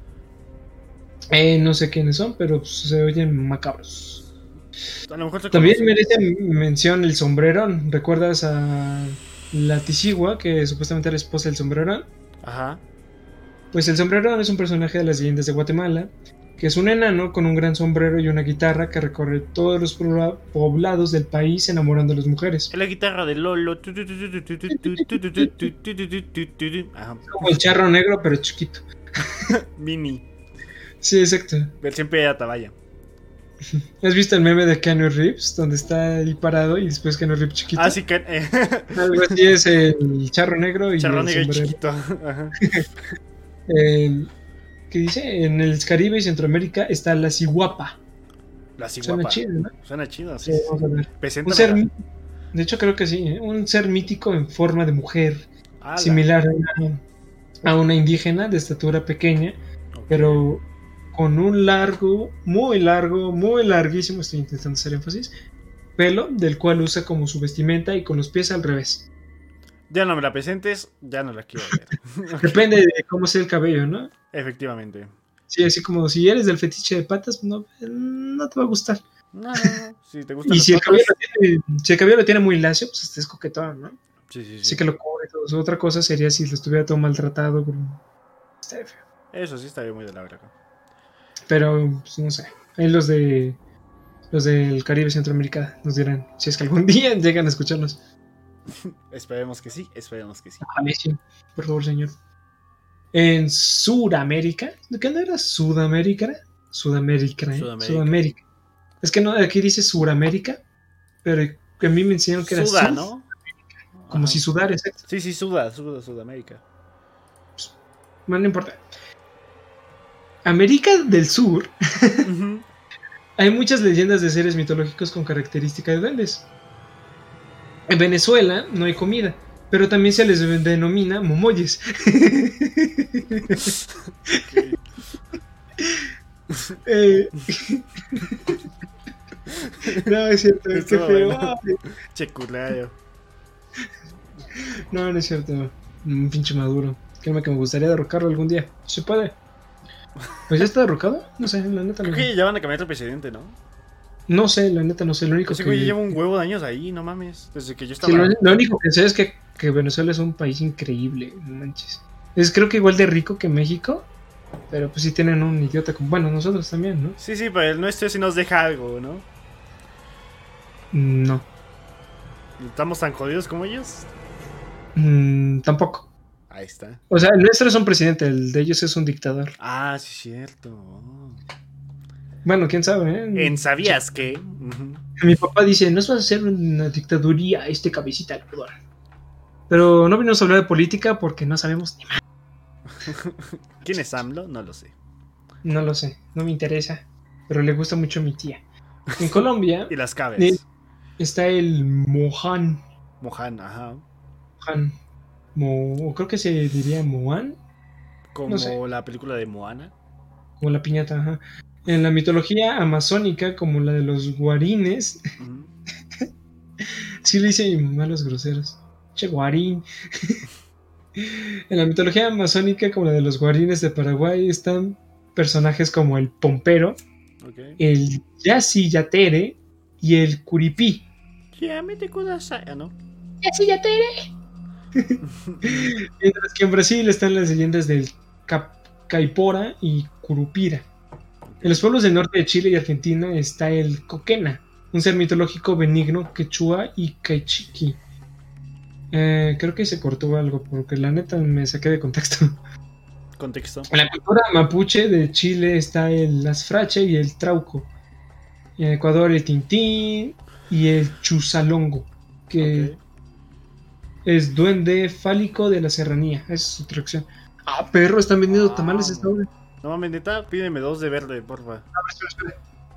No sé quiénes son, pero se oyen macabros. A lo mejor también merece mención el sombrerón. ¿Recuerdas a la Tisigua, que supuestamente era esposa del sombrerón? Ajá. Pues el sombrerón es un personaje de las leyendas de Guatemala, que es un enano con un gran sombrero y una guitarra que recorre todos los poblados del país enamorando a las mujeres. Es la guitarra de Lolo. Ajá. Como el charro negro, pero chiquito. Mini. Sí, exacto. Versión P de Atabaya. ¿Has visto el meme de Keanu Reeves? Donde está ahí parado y después Keanu Reeves chiquito. Ah, sí, algo así es el charro negro y charro el negro sombrero. Chiquito. Ajá. ¿Qué dice? En el Caribe y Centroamérica está la ciguapa. La ciguapa. Suena chido, ¿no? Suena chido, sí. Vamos a ver. De hecho, creo que sí. Un ser mítico en forma de mujer. Similar a una indígena de estatura pequeña. Okay. Pero con un muy larguísimo, estoy intentando hacer énfasis, pelo, del cual usa como su vestimenta y con los pies al revés. Ya no me la presentes, ya no la quiero ver. Depende de cómo sea el cabello, ¿no? Efectivamente. Sí, así como si eres del fetiche de patas, no te va a gustar. No. Si te gusta. Y si el cabello lo tiene muy lacio, pues es coquetón, ¿no? Sí. Sí que lo cubre y todo eso. Otra cosa sería si lo estuviera todo maltratado. Estaría feo. Eso sí estaría muy de la verga. Pero, pues, no sé. Ahí los del Caribe y Centroamérica nos dirán si es que algún día llegan a escucharnos. Esperemos que sí. Ojalá sí, por favor, señor. En Sudamérica. ¿Qué no era Sudamérica? Sudamérica. Es que no, aquí dice Suramérica, pero que a mí me enseñaron que era Suda, ¿no? Como si sudara, exacto. Sí, Sudamérica. Pues, bueno, no importa. América del Sur. Hay muchas leyendas de seres mitológicos con características de duendes. En Venezuela no hay comida, pero también se les denomina momoyes. No, es cierto, es que feo. Checulayo. No es cierto. Un pinche maduro. Créeme que me gustaría derrocarlo algún día. ¿Se puede? ¿Pues ya está derrocado? No sé, la neta no. Creo que ya van a cambiar el presidente, ¿no? No sé, la neta no sé. Lo único que lleva un huevo de años ahí, no mames. Desde que yo estaba. Sí, lo único que sé es que Venezuela es un país increíble, no manches. Es creo que igual de rico que México, pero pues sí tienen un idiota como. Bueno, nosotros también, ¿no? Sí, pero el nuestro sí nos deja algo, ¿no? No. ¿Estamos tan jodidos como ellos? Tampoco. Ahí está. O sea, el nuestro es un presidente, el de ellos es un dictador. Ah, sí, es cierto. Bueno, quién sabe, ¿eh? ¿En sabías que? Uh-huh. Mi papá dice, no es vas a hacer una dictaduría cabecita de algodón. Pero no vinimos a hablar de política porque no sabemos ni más. ¿Quién es AMLO? No lo sé. No lo sé, no me interesa. Pero le gusta mucho a mi tía. En Colombia Y las cabezas. está el Mohan. Mohan, ajá. Mohan. O creo que se diría Mohan. Como No sé. la película de Moana. Como la piñata, ajá. En la mitología amazónica, como la de los guarines. Uh-huh. Sí le dice a mi mamá los groseros. Che, guarín. En la mitología amazónica, como la de los guarines de Paraguay, están personajes como el Pompero, Okay. el Yassi Yatere y el Curipí. Llámete Kudasai, ¿no? Yassi Yatere. Mientras que en Brasil están las leyendas del Caipora y Curupira. En los pueblos del norte de Chile y Argentina está el Coquena, un ser mitológico benigno quechua y caichiqui. Creo que se cortó algo porque la neta me saqué de contexto. Contexto. En la cultura mapuche de Chile está el Asfrache y el Trauco. Y en Ecuador el Tintín y el Chusalongo, que es duende fálico de la serranía. Esa es su traducción. Ah, perro, están vendiendo tamales esta hora. No mames, neta, pídeme 2 de verde, porfa. Espera.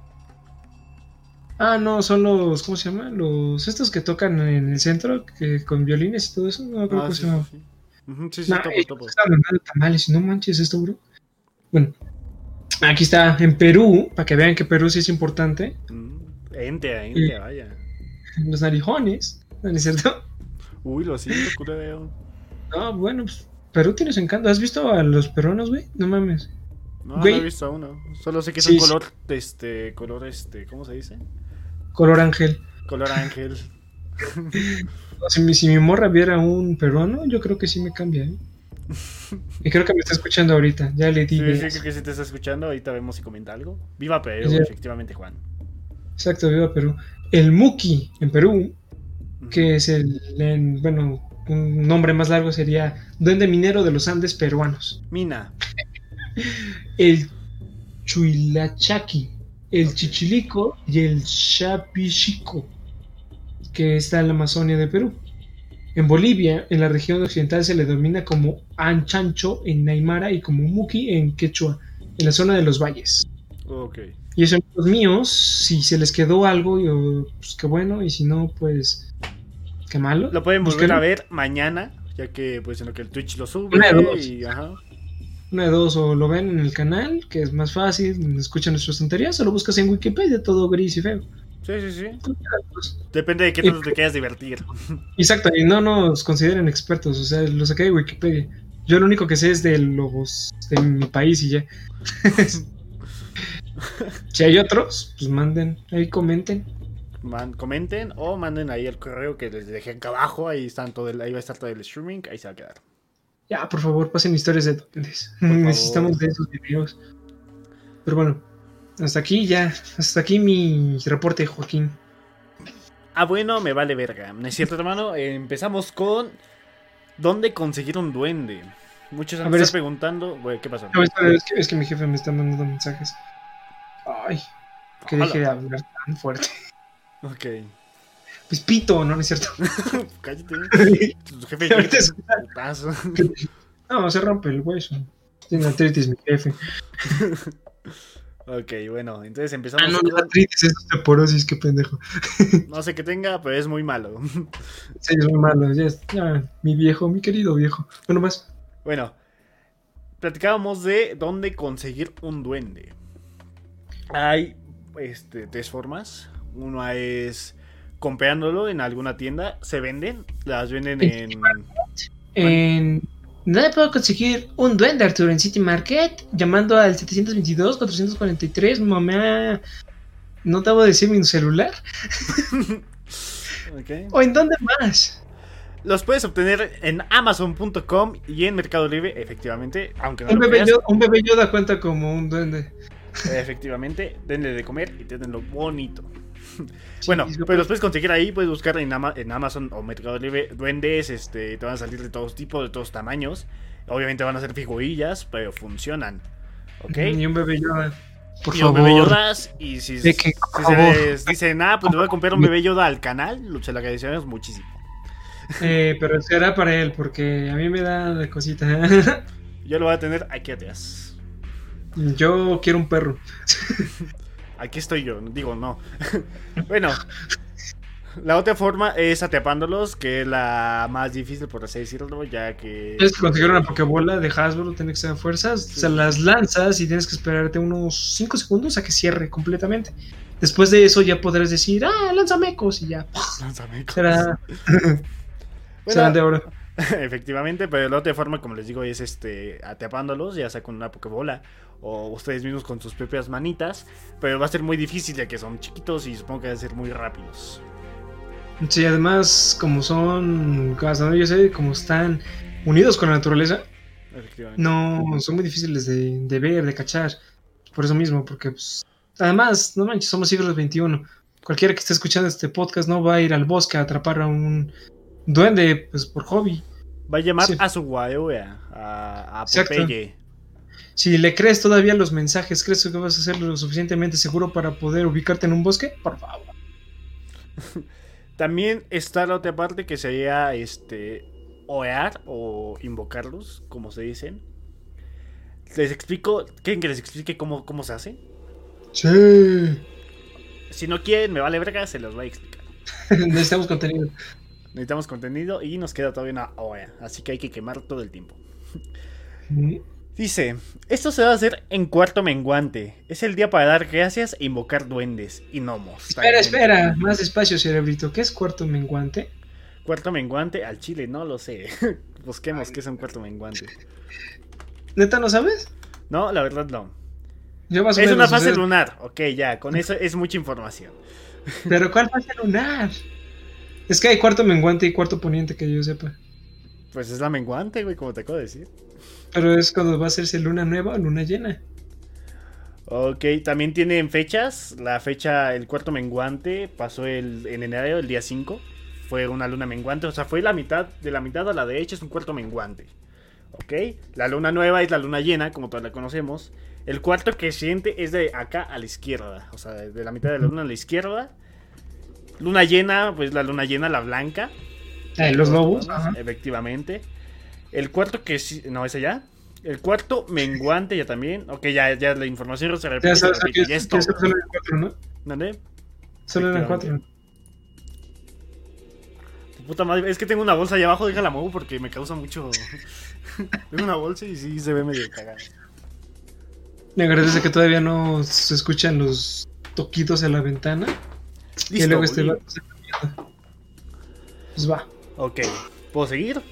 Ah, no, son los, ¿cómo se llama? Los estos que tocan en el centro, que con violines y todo eso. No creo que se llama. Sí. Sí, topo. Están hablando de tamales, no manches esto, bro. Bueno, aquí está en Perú, para que vean que Perú sí es importante. Ente, vaya. Los narijones, ¿no es cierto? Uy, lo siento, culero. No, bueno, pues Perú tiene su encanto. ¿Has visto a los peruanos, güey? No mames. No, güey, no he visto a uno. Solo sé que son color, ¿cómo se dice? Color ángel. Color ángel. Si mi morra viera un peruano, yo creo que sí me cambia, ¿eh? Y creo que me está escuchando ahorita. Ya le di. Sí, creo que sí te está escuchando. Ahorita vemos si comenta algo. Viva Perú, sí. Efectivamente, Juan. Exacto, viva Perú. El Muki en Perú, que es un nombre más largo sería Duende Minero de los Andes peruanos. Mina. El Chuilachaqui, el Chichilico y el Chapichico, que está en la Amazonia de Perú. En Bolivia, en la región occidental, se le denomina como Anchancho en Aymara y como Muki en Quechua, en la zona de los valles. Okay. Y esos son los míos. Si se les quedó algo, pues qué bueno, y si no, pues qué malo. Lo pueden volver a ver mañana, ya que pues en lo que el Twitch lo sube. Una de dos, o lo ven en el canal, que es más fácil, escuchan nuestras tonterías, o lo buscas en Wikipedia, todo gris y feo. Sí. Depende de qué tanto te quieras divertir. Exacto, y no nos consideren expertos, o sea, lo saqué de Wikipedia. Yo lo único que sé es de los de mi país y ya. Si hay otros, pues manden, ahí comenten. Comenten o manden ahí el correo que les dejé acá abajo, ahí va a estar todo el streaming, ahí se va a quedar. Ya, por favor, pasen historias de duendes. Necesitamos de esos videos. Pero bueno, hasta aquí mi reporte, Joaquín. Ah, bueno, me vale verga. ¿No es cierto, hermano? Empezamos con ¿dónde conseguir un duende? Muchos me están preguntando. Güey, ¿qué pasó? No, es que mi jefe me está mandando mensajes. Ay, que deje de hablar tan fuerte. Ok. Pues pito, no es cierto. Cállate. Tu jefe No, se rompe el hueso. Tiene artritis mi jefe. Ok, bueno, entonces empezamos. No, la artritis es osteoporosis, qué pendejo. No sé qué tenga, pero es muy malo. Sí, es muy malo. Ya, mi querido viejo. Bueno, más. Bueno, platicábamos de dónde conseguir un duende. Hay 3 formas. Una es comprándolo en alguna tienda. Se venden, las venden ¿Dónde puedo conseguir un duende, Arturo? En City Market, llamando al 722-443. Mamá, ¿no te voy a decir mi celular? Okay. ¿O en dónde más? Los puedes obtener en Amazon.com y en Mercado Libre, efectivamente, aunque no un bebé Yoda cuenta como un duende. Efectivamente, denle de comer y tenlo bonito. Bueno, pues los puedes conseguir ahí, puedes buscar en Amazon o Mercado Libre duendes, te van a salir de todos tipos, de todos tamaños. Obviamente van a ser figurillas, pero funcionan. ¿Ok? Y un bebé Yoda. Por y favor. un bebé Yoda, y si se les dicen, pues le voy a comprar un bebé Yoda al canal, se lo agradecemos muchísimo. Pero será para él, porque a mí me da de cosita. Yo lo voy a tener aquí atrás. Yo quiero un perro. Aquí estoy yo, digo no. Bueno, la otra forma es atrapándolos, que es la más difícil, por así decirlo, ya que... Tienes que conseguir una pokebola de Hasbro, tiene que ser a fuerzas, se las lanzas y tienes que esperarte unos 5 segundos a que cierre completamente. Después de eso ya podrás decir, lánzamecos, y ya. Lánzamecos. Serán de oro. Efectivamente, pero la otra forma, como les digo, es atrapándolos, ya sea con una pokebola o ustedes mismos con sus propias manitas, pero va a ser muy difícil ya que son chiquitos y supongo que van a ser muy rápidos. Sí, además, como son, hasta donde yo sé, como están unidos con la naturaleza, no son muy difíciles de ver, de cachar. Por eso mismo, porque pues, además, no manches, somos siglo XXI. Cualquiera que esté escuchando este podcast no va a ir al bosque a atrapar a un duende, pues por hobby. Va a llamar a su guayua, a Popeye. Si le crees todavía los mensajes, ¿crees que vas a ser lo suficientemente seguro para poder ubicarte en un bosque? Por favor. También está la otra parte que sería oear o invocarlos, como se dicen. Les explico, ¿quieren que les explique cómo se hace? Sí. Si no quieren, me vale verga, se los voy a explicar. Necesitamos contenido y nos queda todavía una OEA, así que hay que quemar todo el tiempo. ¿Mm? Dice, esto se va a hacer en cuarto menguante. Es el día para dar gracias e invocar duendes y gnomos. Espera, más despacio, cerebrito. ¿Qué es cuarto menguante? Cuarto menguante, al chile, no lo sé. Busquemos qué es un cuarto menguante. ¿Neta no sabes? No, la verdad no. Yo más o es menos, una fase lunar, ok, ya, con eso es mucha información. ¿Pero cuál fase lunar? Es que hay cuarto menguante y cuarto poniente, que yo sepa. Pues es la menguante, güey, como te acabo de decir. Pero es cuando va a hacerse luna nueva o luna llena. Ok, también tienen fechas. La fecha, el cuarto menguante pasó en enero, el día 5. Fue una luna menguante, o sea, fue de la mitad a la derecha, es un cuarto menguante. Ok, la luna nueva es la luna llena, como todos la conocemos. El cuarto que siente es de acá a la izquierda, o sea, de la mitad de la luna a la izquierda. Luna llena, pues la luna llena, la blanca. Los lobos. Efectivamente. El cuarto que sí, no, ese ya. El cuarto menguante ya también. Ok, ya la información se repite. Ya es todo. Solo eran 4, ¿no? ¿Dónde? Solo eran 4. Puta madre, es que tengo una bolsa allá abajo, déjala muevo porque me causa mucho. Tengo una bolsa y sí se ve medio cagada. Me agradece que todavía no se escuchan los toquitos en la ventana. Listo, y luego pues va. Ok, ¿puedo seguir?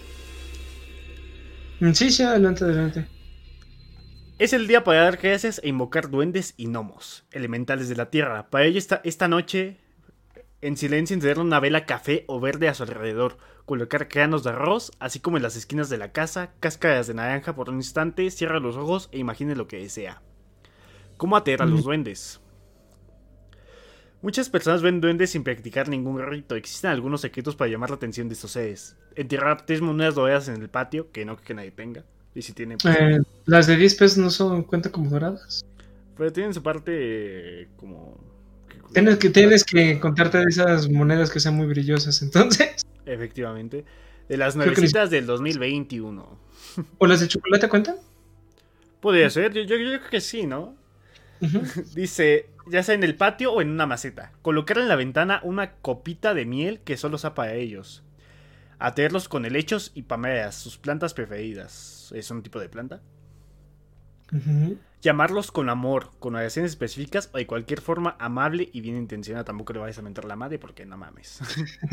Sí, adelante. Es el día para dar gracias e invocar duendes y gnomos, elementales de la tierra. Para ello esta noche, en silencio, encender una vela café o verde a su alrededor, colocar granos de arroz, así como en las esquinas de la casa, cáscaras de naranja por un instante, cierra los ojos e imagine lo que desea. ¿Cómo atraer a los duendes? Muchas personas ven duendes sin practicar ningún rito. Existen algunos secretos para llamar la atención de estos seres. Enterrar 3 monedas doradas en el patio, que no creo que nadie tenga. Y si tiene, pues, las de 10 pesos no cuentan como doradas. Pero tienen su parte como... Tienes que contarte de esas monedas que sean muy brillosas, entonces. Efectivamente. De las nuevecitas del 2021. ¿O las de chocolate cuentan? Podría ser, yo creo que sí, ¿no? Uh-huh. Dice, ya sea en el patio o en una maceta. Colocar en la ventana una copita de miel que solo sea para ellos. Atraerlos con helechos y palmeras, sus plantas preferidas. ¿Es un tipo de planta? Uh-huh. Llamarlos con amor, con oraciones específicas o de cualquier forma amable y bien intencionada. Tampoco le vayas a mentar la madre porque no mames.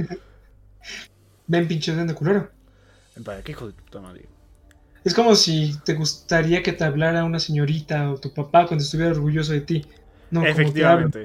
Ven, pinche de culero. ¿Para qué hijo de puta madre? Es como si te gustaría que te hablara una señorita o tu papá cuando estuviera orgulloso de ti. No, efectivamente.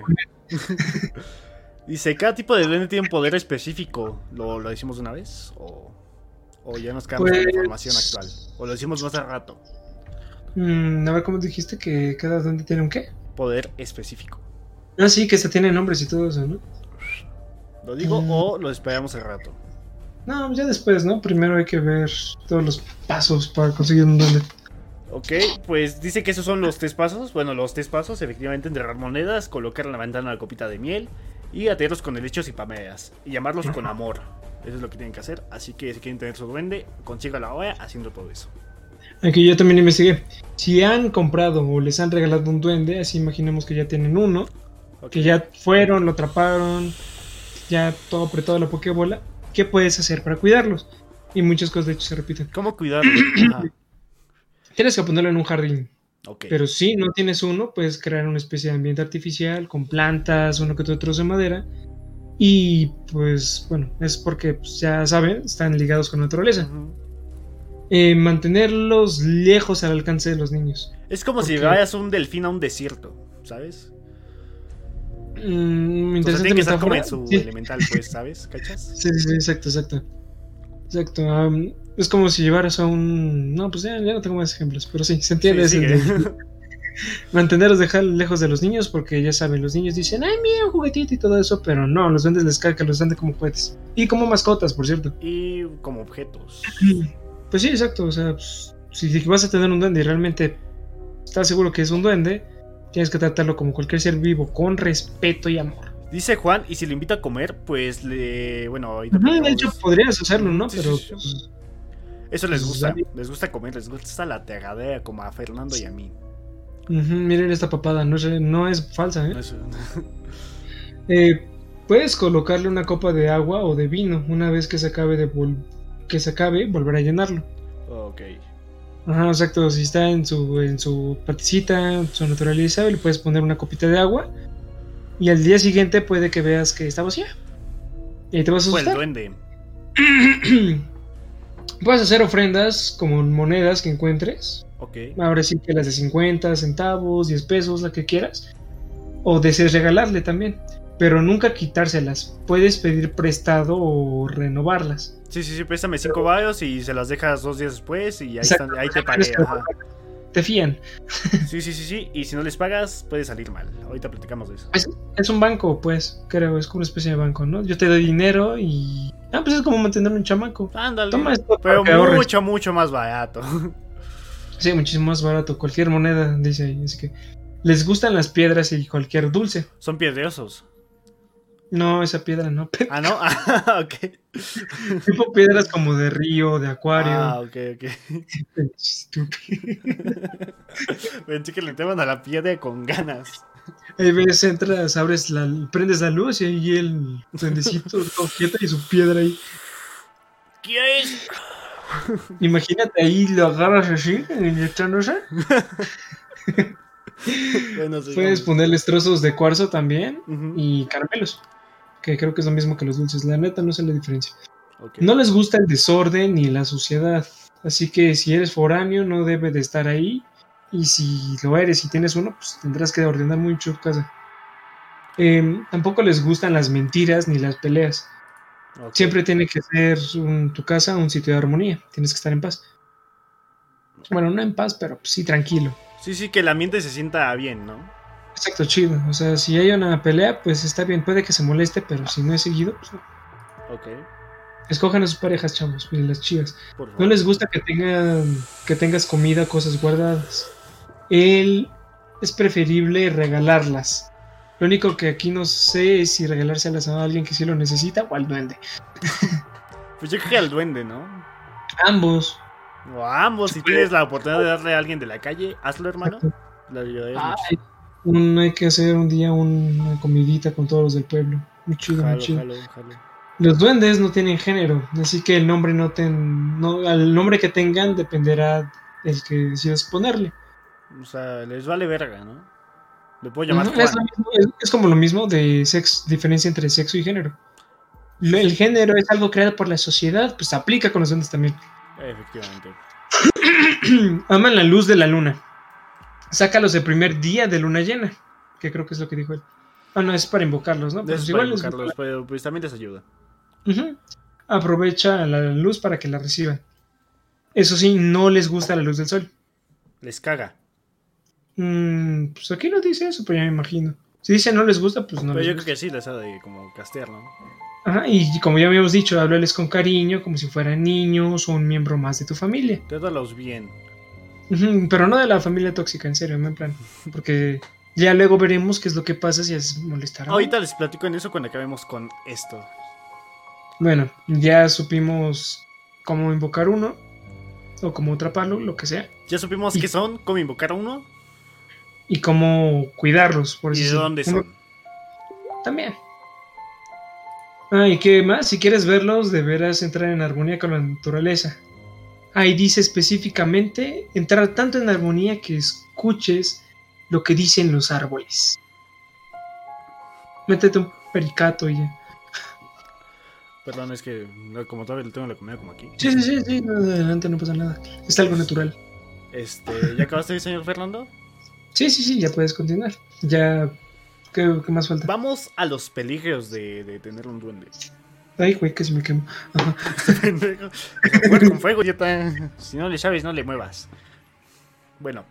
Dice, cada tipo de duende tiene un poder específico. ¿Lo decimos una vez? ¿O ya nos quedamos con la información actual? ¿O lo decimos más al rato? A ver, ¿cómo dijiste que cada duende tiene un qué? poder específico. Ah, sí, que este tiene nombres y todo eso, ¿no? ¿Lo digo o lo esperamos al rato? No, ya después, ¿no? Primero hay que ver todos los pasos para conseguir un duende. Ok, pues dice que esos son los 3 pasos. Bueno, los 3 pasos, efectivamente, enterrar monedas, colocar en la ventana la copita de miel y atraerlos con helechos y palmeras. Y llamarlos con amor. Eso es lo que tienen que hacer. Así que si quieren tener su duende, consiga la olla haciendo todo eso. Aquí yo también investigué. Si han comprado o les han regalado un duende, así imaginemos que ya tienen uno, que ya fueron, lo atraparon, ya todo apretado la pokebola, ¿qué puedes hacer para cuidarlos? Y muchas cosas de hecho se repiten. ¿Cómo cuidarlo? Ajá. Tienes que ponerlo en un jardín. Okay. Pero si no tienes uno, puedes crear una especie de ambiente artificial con plantas, uno que otro trozo de madera. Y pues bueno, es porque pues, ya saben, están ligados con la naturaleza. Mantenerlos lejos al alcance de los niños. Es como si vayas un delfín a un desierto, ¿sabes? Interesante, o sea, tiene que estar como en metáfora. su elemental, pues, ¿sabes? ¿Cachas? Sí, exacto. Es como si llevaras a un... No, pues ya no tengo más ejemplos, pero sí, se entiende. Sí, Mantenerlos lejos de los niños, porque ya saben, los niños dicen, ay, mira, un juguetito y todo eso, pero no, los duendes les cae que los dan como juguetes. Y como mascotas, por cierto. Y como objetos. Pues sí, exacto, o sea, pues, si vas a tener un duende y realmente estás seguro que es un duende, tienes que tratarlo como cualquier ser vivo, con respeto y amor. Dice Juan, y si lo invita a comer, pues le... Bueno, ahorita... De hecho, podrías hacerlo, ¿no? Sí, pero... sí. Pues, eso les gusta, comer, les gusta la tegadera, como a Fernando y a mí. Miren esta papada, no es falsa, ¿eh? Eso. Puedes colocarle una copa de agua o de vino. Una vez que se acabe volver a llenarlo. Ok. Ajá, exacto. Si está en su partecita, su naturaleza, le puedes poner una copita de agua. Y al día siguiente puede que veas que está vacía. Y ahí te vas a asustar. Fue el duende. Puedes hacer ofrendas como monedas que encuentres. Ok. Ahora sí que las de 50 centavos, 10 pesos, la que quieras. O desees regalarle también. Pero nunca quitárselas. Puedes pedir prestado o renovarlas. Sí, préstame 5 varios y se las dejas 2 días después y ahí te pagué. Ajá. Te fían. Sí. Y si no les pagas, puede salir mal. Ahorita platicamos de eso. Es un banco, pues, creo. Es como una especie de banco, ¿no? Yo te doy dinero y... pues es como mantener un chamaco. Ándale. Toma esto, pero mucho más barato. Sí, muchísimo más barato. Cualquier moneda, dice ahí. Así que les gustan las piedras y cualquier dulce. Son piedrosos. No, esa piedra no. Ah, ¿no? Ok. Tipo piedras como de río, de acuario. Ah, ok. Pensé que le teman a la piedra con ganas. Ahí ves, entras, prendes la luz y ahí el duendecito quieto y su piedra ahí. ¿Quieres? Imagínate ahí lo agarras así, echándose. Bueno, sí, puedes ponerles trozos de cuarzo también y caramelos. Que creo que es lo mismo que los dulces. La neta no sé la diferencia. Okay. No les gusta el desorden ni la suciedad. Así que si eres foráneo no debe de estar ahí. Y si lo eres y tienes uno, pues tendrás que ordenar mucho tu casa. Tampoco les gustan las mentiras ni las peleas. Okay. Siempre tiene que ser tu casa un sitio de armonía. Tienes que estar en paz. Bueno, no en paz, pero sí tranquilo. Sí, que el ambiente se sienta bien, ¿no? Exacto, chido. O sea, si hay una pelea, pues está bien. Puede que se moleste, pero si no es seguido, pues no. Ok. Escojan a sus parejas, chavos, y las chicas. No les gusta que tengas comida, cosas guardadas. Es preferible regalarlas. Lo único que aquí no sé es si regalárselas a alguien que sí lo necesita o al duende. Pues yo creo que al duende, ¿no? Ambos. O a ambos, si tienes la oportunidad de darle a alguien de la calle, hazlo, hermano. Hay que hacer un día una comidita con todos los del pueblo. Muy chido, muy chido. Jalo. Los duendes no tienen género, así que el nombre al nombre que tengan dependerá del que decidas ponerle. O sea, les vale verga, ¿no? Le puedo llamar Juan. Es como lo mismo de diferencia entre sexo y género. El género es algo creado por la sociedad, pues aplica con los duendes también. Efectivamente. Aman la luz de la luna. Sácalos el primer día de luna llena, que creo que es lo que dijo él. No, es para invocarlos, ¿no? Es para invocarlos, pero pues también les ayuda. Aprovecha la luz para que la reciban. Eso sí, no les gusta la luz del sol. Les caga. Pues aquí no dice eso, pero ya me imagino. Si dice no les gusta, pues no Pero les yo gusta. creo que sí les ha de como castear, ¿no? Ajá, y como ya habíamos dicho, háblales con cariño, como si fueran niños o un miembro más de tu familia. Trátalos bien. Pero no de la familia tóxica, en serio, en plan. Porque ya luego veremos qué es lo que pasa si es molestar a uno. Ahorita les platico en eso cuando acabemos con esto. Bueno, ya supimos cómo invocar uno, o cómo atraparlo, lo que sea. Ya supimos qué son, cómo invocar a uno Y cómo cuidarlos, por y de eso sí. dónde son. También. ¿Y qué más? Si quieres verlos, deberás entrar en armonía con la naturaleza. Ahí dice específicamente entrar tanto en armonía que escuches lo que dicen los árboles. Métete un pericato y ya. Perdón, es que como todavía tengo la comida como aquí. Sí, no, adelante, no pasa nada. Es algo natural. ¿Ya acabaste, señor Fernando? Sí, ya puedes continuar. Ya, ¿qué más falta? Vamos a los peligros de tener un duende. Ay, güey, que se me quemó. Ajá. Jugar con fuego, ya está. Si no le sabes, no le muevas. Bueno.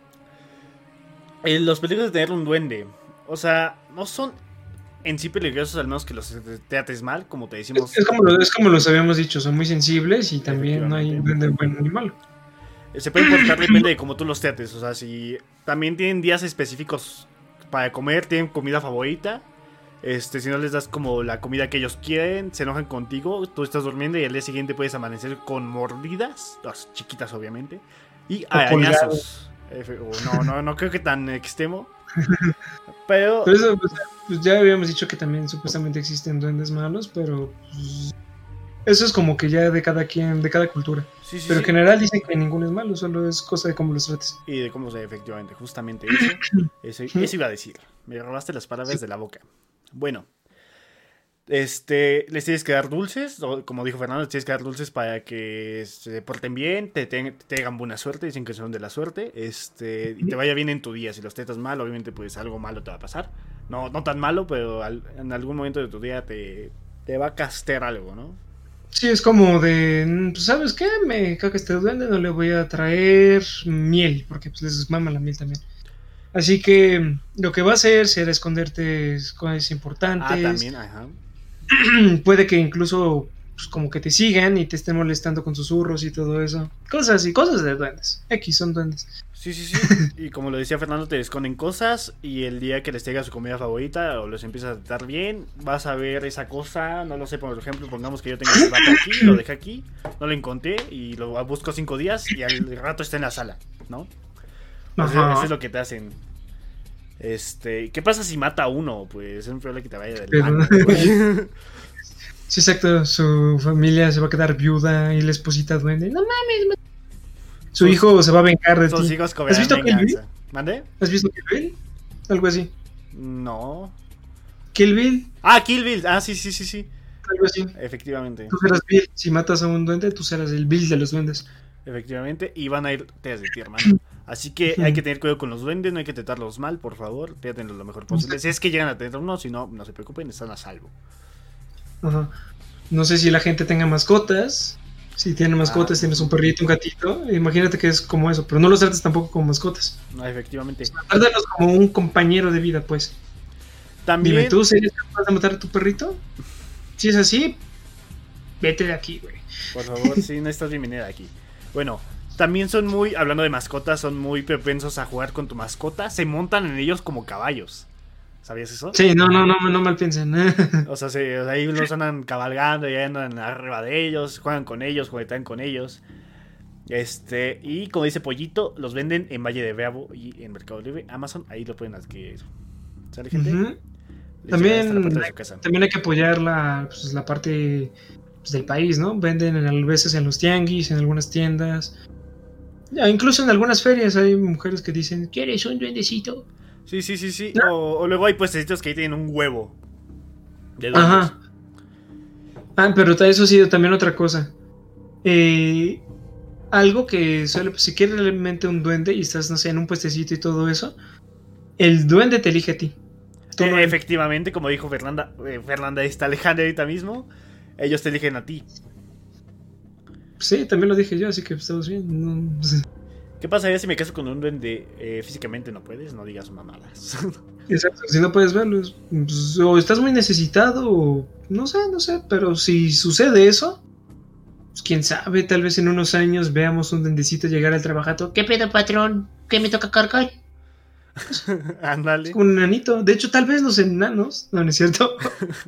Los peligros de tener un duende. O sea, no son en sí peligrosos, al menos que los trates mal, como te decimos. Es como los habíamos dicho, son muy sensibles y también no hay duende bueno ni malo. Se puede importar, depende de cómo tú los trates. O sea, si también tienen días específicos para comer, tienen comida favorita. Si no les das como la comida que ellos quieren, se enojan contigo, tú estás durmiendo y al día siguiente puedes amanecer con mordidas, las chiquitas obviamente, y arañazos. No creo que tan extremo. Pero eso, pues ya habíamos dicho que también supuestamente existen duendes malos, pero pues, eso es como que ya de cada quien, de cada cultura. sí, Pero en sí. general dicen que ninguno es malo, solo es cosa de cómo los trates. Y de cómo se efectivamente, justamente eso iba a decir. Me robaste las palabras de la boca. Bueno, les tienes que dar dulces, como dijo Fernando, les tienes que dar dulces para que se porten bien, te hagan buena suerte, dicen que son de la suerte, y te vaya bien en tu día. Si los tratas mal, obviamente pues algo malo te va a pasar. No tan malo, pero en algún momento de tu día te va a castear algo, ¿no? Sí, es como de, pues, ¿sabes qué? Me caga este duende, no le voy a traer miel, porque pues les mama la miel también. Así que lo que va a hacer será esconderte cosas importantes. También, ajá. Puede que incluso pues, como que te sigan y te estén molestando con susurros y todo eso. Cosas de duendes. X son duendes. Sí. Y como lo decía Fernando, te esconden cosas y el día que les traiga su comida favorita o los empiezas a tratar bien, vas a ver esa cosa, no lo sé, por ejemplo, pongamos que yo tengo el rato aquí, lo dejé aquí, no lo encontré y lo busco 5 días y al rato está en la sala, ¿no? Pues eso es lo que te hacen. ¿Qué pasa si mata a uno? Pues es un problema que te vaya del mano, Sí, exacto. Su familia se va a quedar viuda y la esposita duende. No mames. Su hijo se va a vengar de sus ti. hijos ¿Has visto Kill Bill? ¿Mande? ¿Has visto Kill Bill? Algo así. No. ¿Kill Bill? Kill Bill. Sí. Algo así. Efectivamente. Tú serás Bill. Si matas a un duende, tú serás el Bill de los duendes. Efectivamente. Y van a ir tras de ti, hermano. Así que hay que tener cuidado con los duendes. No hay que tratarlos mal, por favor. Trátenlos lo mejor posible. Si es que llegan a tener uno, si no, no se preocupen, están a salvo. Ajá. No sé si la gente tenga mascotas. Si tienen mascotas, tienes un perrito, un gatito. Imagínate que es como eso. Pero no los trates tampoco como mascotas. No, efectivamente. Trátalos como un compañero de vida, pues. También. Dime, ¿tú serías capaz de matar a tu perrito? Si es así, vete de aquí, güey. Por favor, si no estás bienvenida de aquí. Bueno, también son muy, hablando de mascotas, son muy propensos a jugar con tu mascota. Se montan en ellos como caballos. ¿Sabías eso? Sí, no mal piensen. O sea, ahí los andan cabalgando y andan arriba de ellos, juegan con ellos, juegan con ellos. Y como dice Pollito, los venden en Valle de Bravo y en Mercado Libre, Amazon, ahí lo pueden adquirir. ¿Sale, gente? También hay que apoyar la parte del país, ¿no? Venden a veces en los tianguis, en algunas tiendas. Ya, incluso en algunas ferias hay mujeres que dicen, ¿quieres un duendecito? Sí. ¿No? O luego hay puestecitos que ahí tienen un huevo de duendes. Ajá. Pero eso sí, también otra cosa. Algo que suele, si quieres realmente un duende y estás, no sé, en un puestecito y todo eso, el duende te elige a ti. Efectivamente, como dijo Fernanda está alejando ahorita mismo, ellos te eligen a ti. Sí, también lo dije yo, así que estamos bien. No sé. ¿Qué pasaría si me caso con un duende? Físicamente no puedes, no digas mamadas. Exacto, si no puedes verlos, pues, o estás muy necesitado, o no sé, pero si sucede eso, pues quién sabe, tal vez en unos años veamos un duendecito llegar al trabajato. ¿Qué pedo, patrón? ¿Qué me toca cargar? Ándale. Es como un enanito. De hecho, tal vez los enanos. No, no es cierto.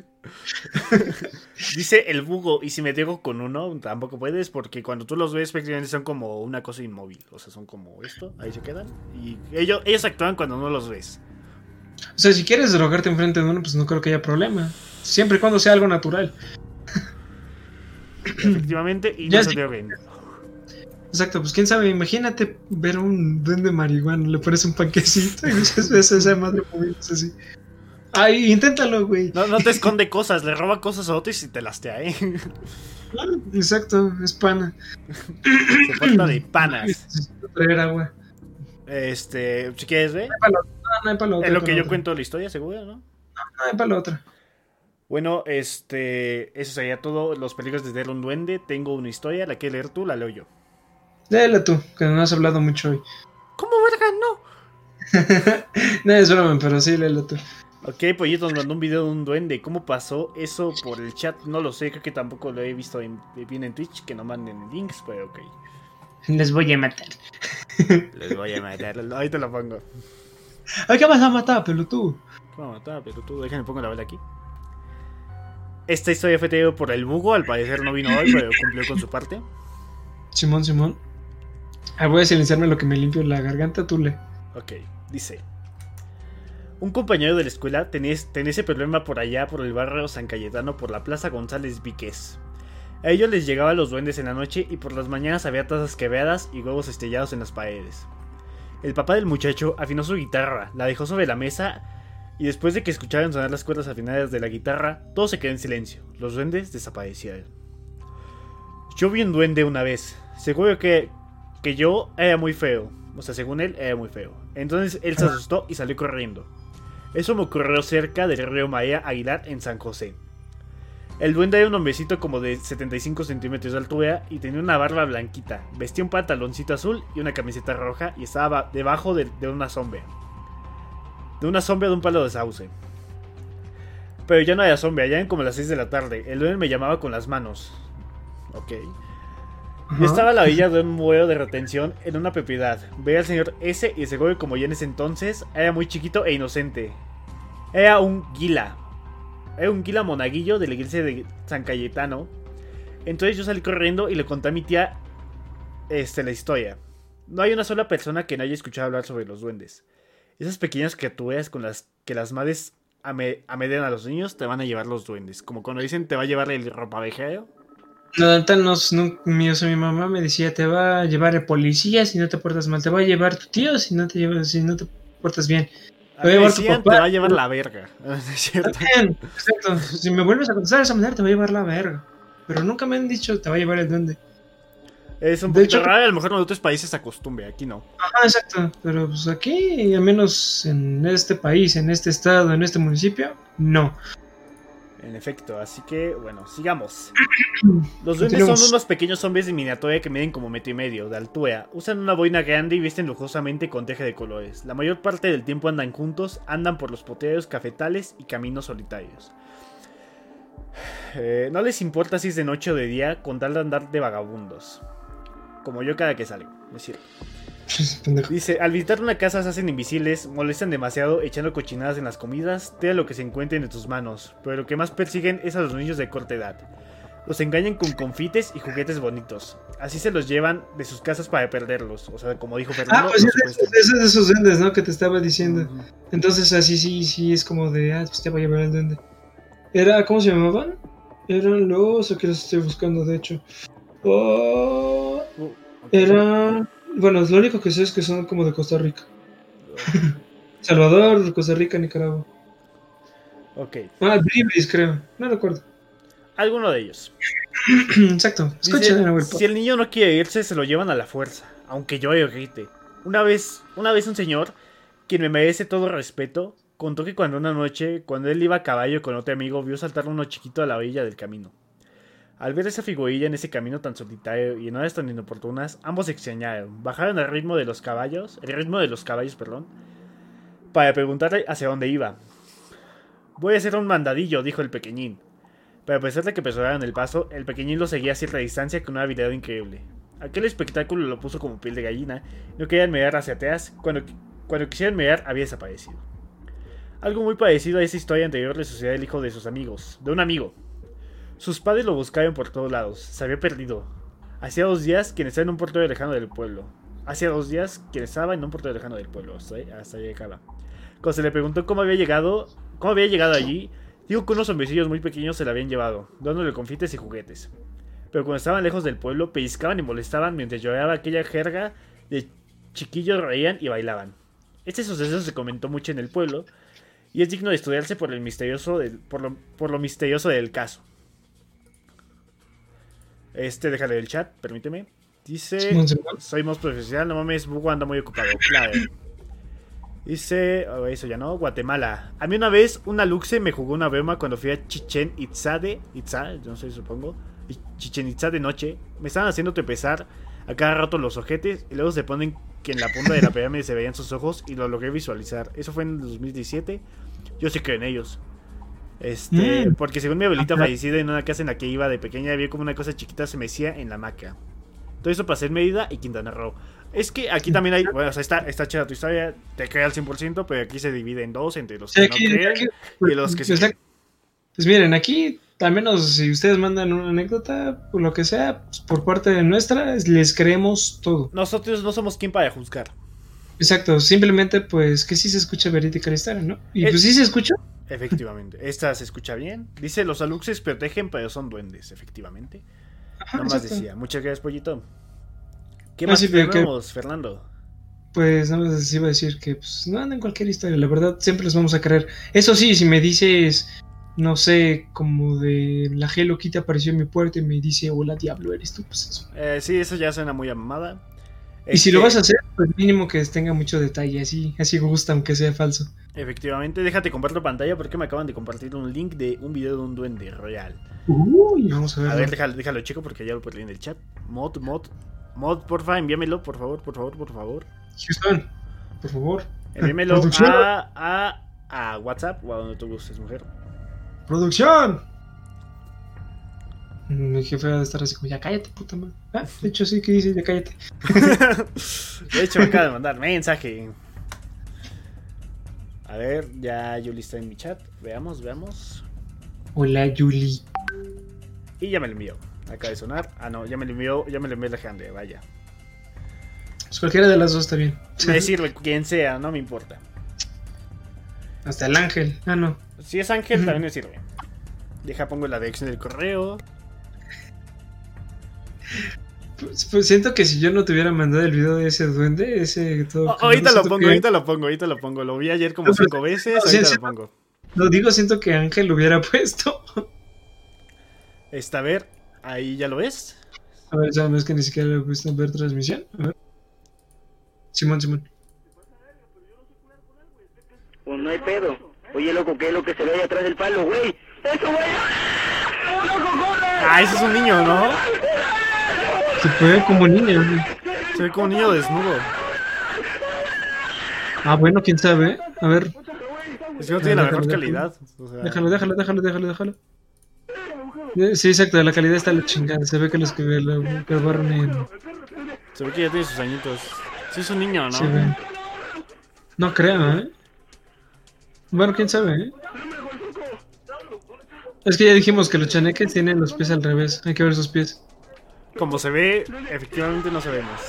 Dice el bugo, y si me tengo con uno, tampoco puedes, porque cuando tú los ves, prácticamente son como una cosa inmóvil. O sea, son como esto, ahí se quedan. Y ellos actúan cuando no los ves. O sea, si quieres drogarte enfrente de uno, pues no creo que haya problema. Siempre y cuando sea algo natural. Efectivamente, y Ya no se sí. droguen. Exacto, pues quién sabe, imagínate ver a un duende marihuana, le pones un panquecito y muchas veces esa madre moviéndose así. Ay, inténtalo, güey. No te esconde cosas, le roba cosas a otros y te lastea, Exacto, es pana. Se falta de panas. Necesito traer agua. Si quieres, ¿ve? No hay para la otra. Es lo que yo cuento la historia, seguro, ¿no? No hay para la otra. Bueno, eso sería todo. Los peligros de tener un duende. Tengo una historia, ¿la quieres leer tú? La leo yo. Léela tú, que no has hablado mucho hoy. ¿Cómo, verga? No. No es broma, pero sí, léela tú. Ok, Pollito nos mandó un video de un duende. ¿Cómo pasó eso por el chat? No lo sé, creo que tampoco lo he visto bien en Twitch. Que no manden links, pero ok. Les voy a matar. Les voy a matar. Ahí te lo pongo. ¿A qué vas a matar, pelotudo? ¿Qué vas a matar, pero tú? Déjame pongo la vela aquí. Esta historia fue traída por el bugo. Al parecer no vino hoy, pero cumplió con su parte. Simón. Voy a silenciarme lo que me limpio la garganta, tú le. Ok, dice. Un compañero de la escuela tenía ese problema por allá, por el barrio San Cayetano, por la Plaza González Víquez. A ellos les llegaban los duendes en la noche y por las mañanas había tazas quebradas y huevos estrellados en las paredes. El papá del muchacho afinó su guitarra, la dejó sobre la mesa y después de que escucharan sonar las cuerdas afinadas de la guitarra, todo se quedó en silencio. Los duendes desaparecieron. Yo vi un duende una vez. Seguro que yo era muy feo. O sea, según él, era muy feo. Entonces él se asustó y salió corriendo. Eso me ocurrió cerca del río María Aguilar en San José. El duende era un hombrecito como de 75 centímetros de altura y tenía una barba blanquita. Vestía un pantaloncito azul y una camiseta roja y estaba debajo de una sombra. De una sombra de un palo de sauce. Pero ya no había sombra, ya eran como las 6 de la tarde. El duende me llamaba con las manos. Ok. Yo estaba a la orilla de un muro de retención en una propiedad. Veía al señor S y seguro como yo en ese entonces era muy chiquito e inocente. Era un guila. Era un guila monaguillo de la iglesia de San Cayetano. Entonces yo salí corriendo y le conté a mi tía la historia. No hay una sola persona que no haya escuchado hablar sobre los duendes. Esas pequeñas criaturas con las que las madres amedrean a los niños te van a llevar los duendes. Como cuando dicen te va a llevar el ropavejero. Mi mamá me decía, te va a llevar el policía si no te portas mal, te va a llevar tu tío si no te portas bien. A mí me decían, te va a llevar la verga. ¿Es cierto? Exacto. Si me vuelves a contestar de esa manera, te va a llevar la verga. Pero nunca me han dicho, te va a llevar el duende. Es un poquito raro, a lo mejor en otros países se acostumbre, aquí no. Ajá, exacto. Pero pues aquí, al menos en este país, en este estado, en este municipio, no. En efecto, así que, bueno, sigamos. Los duendes son unos pequeños zombies de miniatura que miden como 1,5 metros de altura. Usan una boina grande y visten lujosamente con traje de colores. La mayor parte del tiempo andan juntos, andan por los potreros, cafetales y caminos solitarios. No les importa si es de noche o de día, con tal de andar de vagabundos. Como yo cada que salgo, es cierto. Dice, al visitar una casa se hacen invisibles, molestan demasiado echando cochinadas en las comidas, te da lo que se encuentre en tus manos, pero lo que más persiguen es a los niños de corta edad. Los engañan con confites y juguetes bonitos, así se los llevan de sus casas para perderlos, o sea, como dijo Fernando. Pues es de esos duendes, ¿no? Que te estaba diciendo. Entonces así sí es como de, pues te voy a llevar el duende. ¿Cómo se llamaban? Eran los, que los estoy buscando de hecho. Bueno, lo único que sé es que son como de Costa Rica. Salvador, Costa Rica, Nicaragua. Ok. Driblis, creo. No recuerdo. Alguno de ellos. Exacto. Dice, si el niño no quiere irse, se lo llevan a la fuerza. Aunque yo grite. Una vez un señor, quien me merece todo respeto, contó que una noche, cuando él iba a caballo con otro amigo, vio saltar uno chiquito a la orilla del camino. Al ver esa figurilla en ese camino tan solitario y en horas tan inoportunas, ambos se extrañaron. Bajaron el ritmo de los caballos, perdón, para preguntarle hacia dónde iba. Voy a hacer un mandadillo, dijo el pequeñín. Pero a pesar de que apresuraron el paso, el pequeñín lo seguía a cierta distancia con una habilidad increíble. Aquel espectáculo lo puso como piel de gallina. No querían mirar hacia atrás. Cuando quisieran mirar, había desaparecido. Algo muy parecido a esa historia anterior le sucedió al hijo de sus amigos, de un amigo. Sus padres lo buscaban por todos lados. Se había perdido. Hacía 2 días que estaba en un puerto lejano del pueblo. Hasta ahí acaba. Cuando se le preguntó cómo había llegado allí, dijo que unos hombrecillos muy pequeños se la habían llevado, dándole confites y juguetes. Pero cuando estaban lejos del pueblo, pellizcaban y molestaban mientras lloraba aquella jerga de chiquillos, reían y bailaban. Este suceso se comentó mucho en el pueblo y es digno de estudiarse por lo misterioso del caso. Déjale el chat, permíteme. Dice, soy más profesional, no mames, Bugo anda muy ocupado. Claro. Dice, eso ya no, Guatemala. A mí una vez una luxe me jugó una broma cuando fui a Chichen Itza, no sé, supongo. Chichen Itza de noche. Me estaban haciendo tropezar a cada rato los ojetes y luego se ponen que en la punta de la pirámide se veían sus ojos y lo logré visualizar. Eso fue en el 2017. Yo sí creo en ellos. Porque según mi abuelita fallecida, en una casa en la que iba de pequeña, había como una cosa chiquita se mecía en la hamaca. Todo eso pasé en Mérida y Quintana Roo. Es que aquí también hay, bueno, o sea, está chida tu historia, te cree al 100%, pero aquí se divide en dos, entre los que no creen y los que sí creen. Pues miren, aquí, al menos si ustedes mandan una anécdota, o lo que sea, pues por parte de nuestra, les creemos todo. Nosotros no somos quien para juzgar. Exacto, simplemente pues que sí se escucha verídica la historia, ¿no? Y pues sí se escucha. Efectivamente, esta se escucha bien. Dice, los aluxes protegen, pero son duendes, efectivamente. Ajá, Nomás exacto. decía, muchas gracias, pollito. ¿Qué más tenemos, Fernando? Pues nada más les iba a decir que pues, no andan en cualquier historia, la verdad siempre les vamos a creer. Eso sí, si me dices, no sé, como de la Hello Kitty apareció en mi puerta y me dice, hola diablo, eres tú, pues eso. Sí, eso ya suena muy amada. Y si lo vas a hacer, pues mínimo que tenga mucho detalle, así gusta, aunque sea falso. Efectivamente, déjate compartir pantalla porque me acaban de compartir un link de un video de un duende real. Uy, vamos a ver. A ver, déjalo chico porque ya lo perdí en el chat. Mod, porfa, envíamelo, por favor. Houston, por favor. Envíamelo a WhatsApp o a donde tú gustes, mujer. ¡Producción! Mi jefe va a estar así como, ya cállate, puta madre. De hecho, sí que dice, ya cállate. De hecho, me acaba de mandar mensaje. A ver, ya Yuli está en mi chat. Veamos. Hola, Yuli. Y ya me lo envió. Acaba de sonar. Ah, no, ya me lo envió Alejandro, vaya. Pues cualquiera de las dos está bien. Me sirve quien sea, no me importa. Hasta el Ángel. Ah, no. Si es Ángel, también me sirve. Pongo la dirección del correo. Pues siento que si yo no te hubiera mandado el video de ese duende, ese todo. Ahorita lo pongo. Lo vi ayer como 5 veces. Ahorita lo pongo. No digo, siento que Ángel lo hubiera puesto. A ver, ahí ya lo ves. A ver, sabes que ni siquiera le he puesto ver transmisión. A ver. Simón. Pues no hay pedo. Oye, loco, ¿qué es lo que se ve ahí atrás del palo, güey? ¡Eso, güey! Ah, ese es un niño, ¿no? Se ve como niño. Se ve como un niño desnudo. Ah, bueno, quién sabe. A ver. Es que no tiene la mejor calidad. O sea... Déjalo. Sí, exacto, la calidad está la chingada. Se ve que los que grabaron en... Se ve que ya tiene sus añitos. Sí, es un niño, ¿no? Sí, no creo, ¿eh? Bueno, quién sabe, ¿eh? Es que ya dijimos que los chaneques tienen los pies al revés. Hay que ver sus pies. Como se ve, efectivamente no sabemos.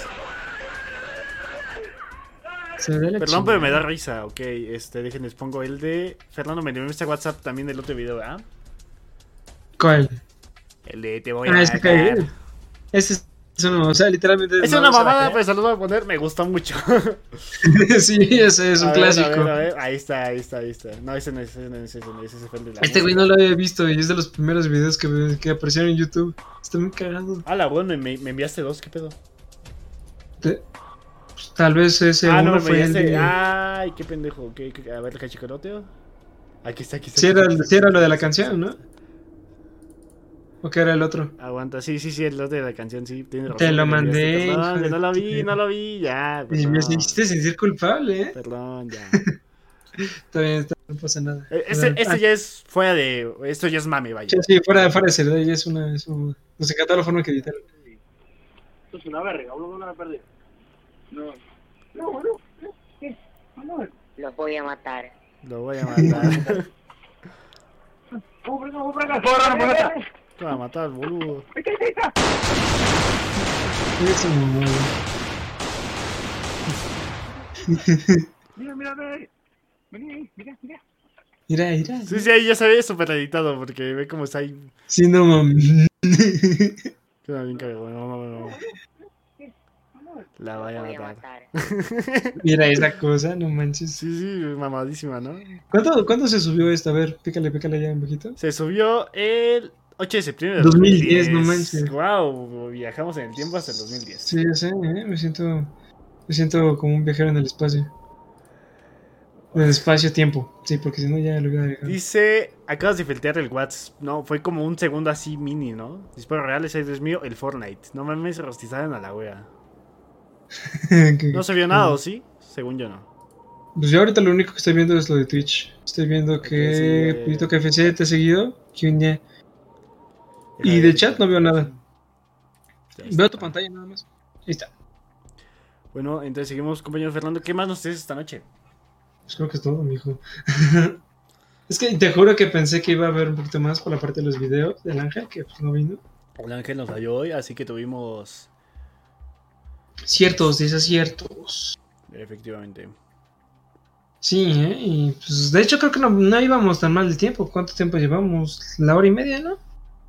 Perdón, pero me da risa. Ok, déjenles pongo el de... Fernando, me envió este WhatsApp también del otro video, ¿verdad? ¿Cuál? El de te voy a este es uno, o sea, literalmente... Es una mamada, pues se los voy a poner, me gustó mucho. Sí, ese es un clásico. A ver, ahí está. No, ese no es, ese fue el de la... Este güey no lo había visto y es de los primeros videos que aparecieron en YouTube. Está muy cagado. Bueno, me enviaste 2, ¿qué pedo? Pues, tal vez ese uno no, fue el de... Ay, qué pendejo. A ver, cachicoroteo. Aquí está. Sí era lo de la canción, ¿no? ¿O qué era el otro? Aguanta, sí, el otro de la canción, sí, tienes razón. Te lo me enviaste, mandé. Perdón, hijo de no lo vi, ya, Y me perdón. hiciste sentir culpable, ¿eh? Perdón, ya. Está bien, no pasa nada. Este ya es fuera de... Esto ya es mame, vaya. Sí, fuera de seriedad, ya es una... Nos encanta la forma que editar. Esto es una verga, uno no la perdió. No, ¿qué? Los voy a matar. Lo voy a matar. Vamos por acá, ¡corran! Te va a matar, boludo. Eso, mamá. Mira, vení, mira. Mira. Sí, ahí ya se ve súper editado porque ve cómo está ahí. Sí, no, mami. Queda bien cagado, no. La voy a Los voy a matar. matar. Mira esa cosa, no manches. Sí, mamadísima, ¿no? ¿Cuándo se subió esto? A ver, pícale ya un poquito. Se subió el 8 de septiembre de 2010, no manches. Wow, viajamos en el tiempo hasta el 2010. Sí, ya sé, me siento como un viajero en el espacio. En el espacio-tiempo. Sí, porque si no ya lo hubiera dejado. Dice, acabas de filtrar el WhatsApp. No, fue como un segundo así mini, ¿no? Disparo reales, ay Dios mío, el Fortnite. No mames, rostizaron a la wea. No se vio nada, ¿o sí? Según yo no. Pues yo ahorita lo único que estoy viendo es lo de Twitch. Estoy viendo que Pito KFC te ha seguido. ¿Quién? Y de chat no veo nada. Veo tu pantalla nada más. Ahí está. Bueno, entonces seguimos, compañero Fernando. ¿Qué más nos tienes esta noche? Pues creo que es todo, mijo. Es que te juro que pensé que iba a haber un poquito más por la parte de los videos del Ángel, que pues no vino. El Ángel nos falló hoy, así que tuvimos... Ciertos desaciertos. Efectivamente. Sí, y pues de hecho creo que no íbamos tan mal de tiempo. ¿Cuánto tiempo llevamos? La hora y media, ¿no?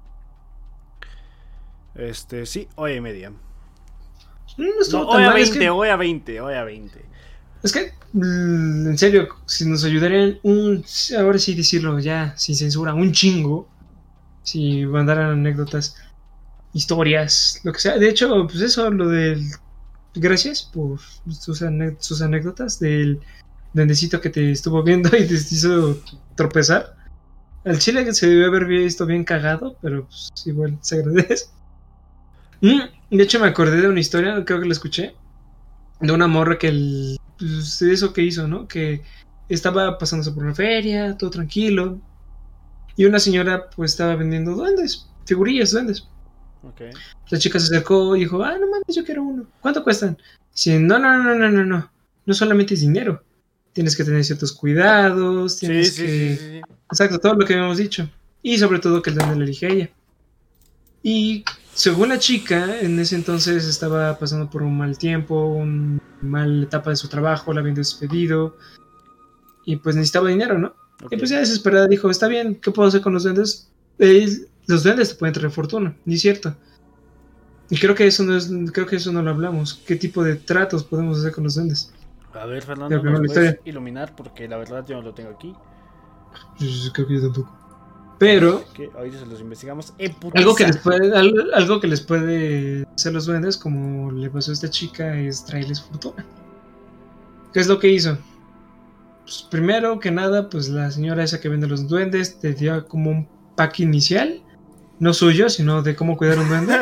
Sí, hora y media. No estuvo No, tan hora mal. 20, hora 20. Es que, en serio, si nos ayudarían ahora sí decirlo ya, sin censura, un chingo, si mandaran anécdotas, historias, lo que sea. De hecho, pues eso, lo del... Gracias por sus anécdotas del duendecito que te estuvo viendo y te hizo tropezar. Al chile se debe haber visto bien cagado, pero pues igual se agradece. De hecho me acordé de una historia, creo que la escuché, de una morra que pues, eso que hizo, ¿no? Que estaba pasándose por una feria, todo tranquilo, y una señora pues estaba vendiendo duendes, figurillas, duendes. Okay. La chica se acercó y dijo, no mames, yo quiero uno. ¿Cuánto cuestan? Dice, no. No solamente es dinero. Tienes que tener ciertos cuidados, tienes que... Sí. Exacto, todo lo que habíamos dicho. Y sobre todo que el duende lo elige a ella. Y según la chica, en ese entonces estaba pasando por un mal tiempo, una mala etapa de su trabajo, la habían despedido. Y pues necesitaba dinero, ¿no? Okay. Y pues ya desesperada dijo, está bien, ¿qué puedo hacer con los duendes? Los duendes te pueden traer fortuna, ni es cierto. Y creo que eso no lo hablamos. ¿Qué tipo de tratos podemos hacer con los duendes? A ver, Fernando, ¿nos puedes iluminar? Porque la verdad yo no lo tengo aquí. Pues, creo que yo tampoco. Pero ahorita se los investigamos. Algo que les puede hacer los duendes, como le pasó a esta chica, es traerles fortuna. ¿Qué es lo que hizo? Pues primero que nada, pues la señora esa que vende los duendes te dio como un pack inicial, no suyo, sino de cómo cuidar un duende.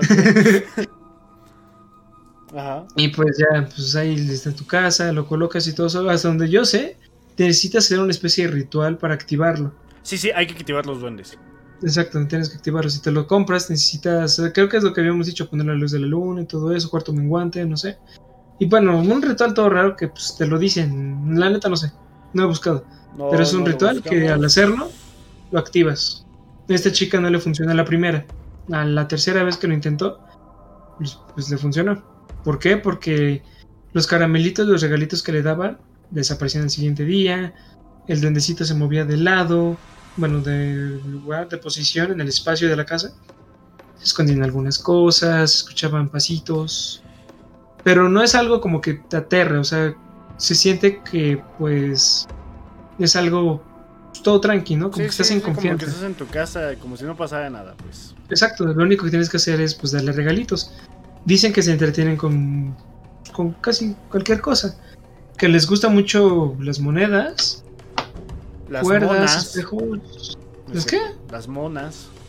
Ajá. Y pues ya, pues ahí está en tu casa, lo colocas y todo eso. Hasta donde yo sé, necesitas hacer una especie de ritual para activarlo. Sí, hay que activar los duendes. Exacto, tienes que activarlo. Si te lo compras, necesitas, creo que es lo que habíamos dicho, poner la luz de la luna y todo eso, cuarto menguante, no sé. Y bueno, un ritual todo raro que pues te lo dicen, la neta no sé, no he buscado. Pero es un ritual que al hacerlo, lo activas. A esta chica no le funcionó la primera. A la tercera vez que lo intentó, pues le funcionó. ¿Por qué? Porque los caramelitos, los regalitos que le daban, desaparecían el siguiente día. El duendecito se movía de lado, bueno, de lugar, de posición en el espacio de la casa. Se escondían algunas cosas, se escuchaban pasitos. Pero no es algo como que te aterre, o sea, se siente que pues es algo todo tranqui, ¿no? Como que estás en confianza. Como que estás en tu casa, como si no pasara nada, pues. Exacto, lo único que tienes que hacer es pues darle regalitos. Dicen que se entretienen con casi cualquier cosa. Que les gusta mucho las monedas, las cuerdas, monas, espejos. ¿Las qué? Las monas.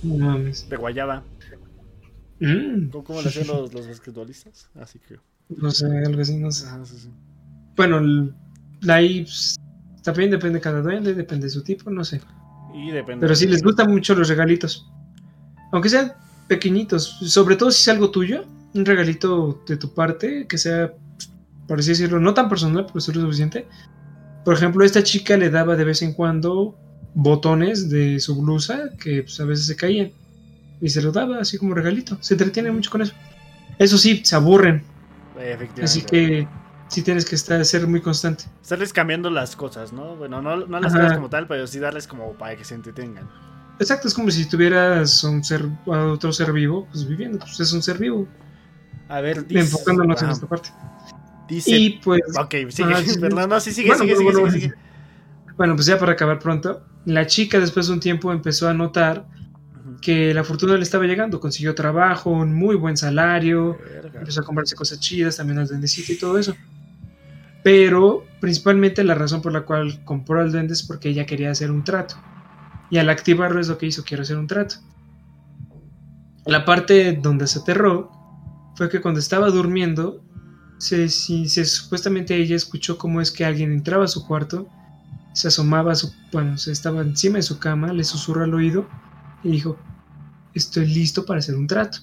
No mames. De guayaba. ¿Cómo lo hacen los basquetbolistas? Así que. No sé, algo así, no sé. Ajá, sí. Bueno, ahí pues, también depende de cada duende, depende de su tipo, no sé. Y depende. Pero sí les gustan mucho los regalitos. Aunque sean pequeñitos, sobre todo si es algo tuyo, un regalito de tu parte, que sea, por así decirlo, no tan personal, pero sea lo suficiente. Por ejemplo, esta chica le daba de vez en cuando botones de su blusa que pues, a veces se caían. Y se lo daba así como regalito. Se entretiene mucho con eso. Eso sí, se aburren. Efectivamente. Así que sí tienes que ser muy constante. Estarles cambiando las cosas, ¿no? Bueno, no las Ajá. cosas como tal, pero sí darles como para que se entretengan. Exacto, es como si tuvieras a otro ser vivo, pues viviendo, pues es un ser vivo. A ver, dice. Enfocándonos en esta parte. Dice. Y pues. Ok, sigue. Perdón, no, sí, sigue. Bueno, pues ya para acabar pronto. La chica, después de un tiempo, empezó a notar que la fortuna le estaba llegando. Consiguió trabajo, un muy buen salario. Verga. Empezó a comprarse cosas chidas, también al duendecito y todo eso. Pero principalmente la razón por la cual compró al duende es porque ella quería hacer un trato. Y al activarlo es lo que hizo, quiero hacer un trato. La parte donde se aterró fue que cuando estaba durmiendo, supuestamente ella escuchó cómo es que alguien entraba a su cuarto, se asomaba se estaba encima de su cama, le susurró al oído y dijo, estoy listo para hacer un trato.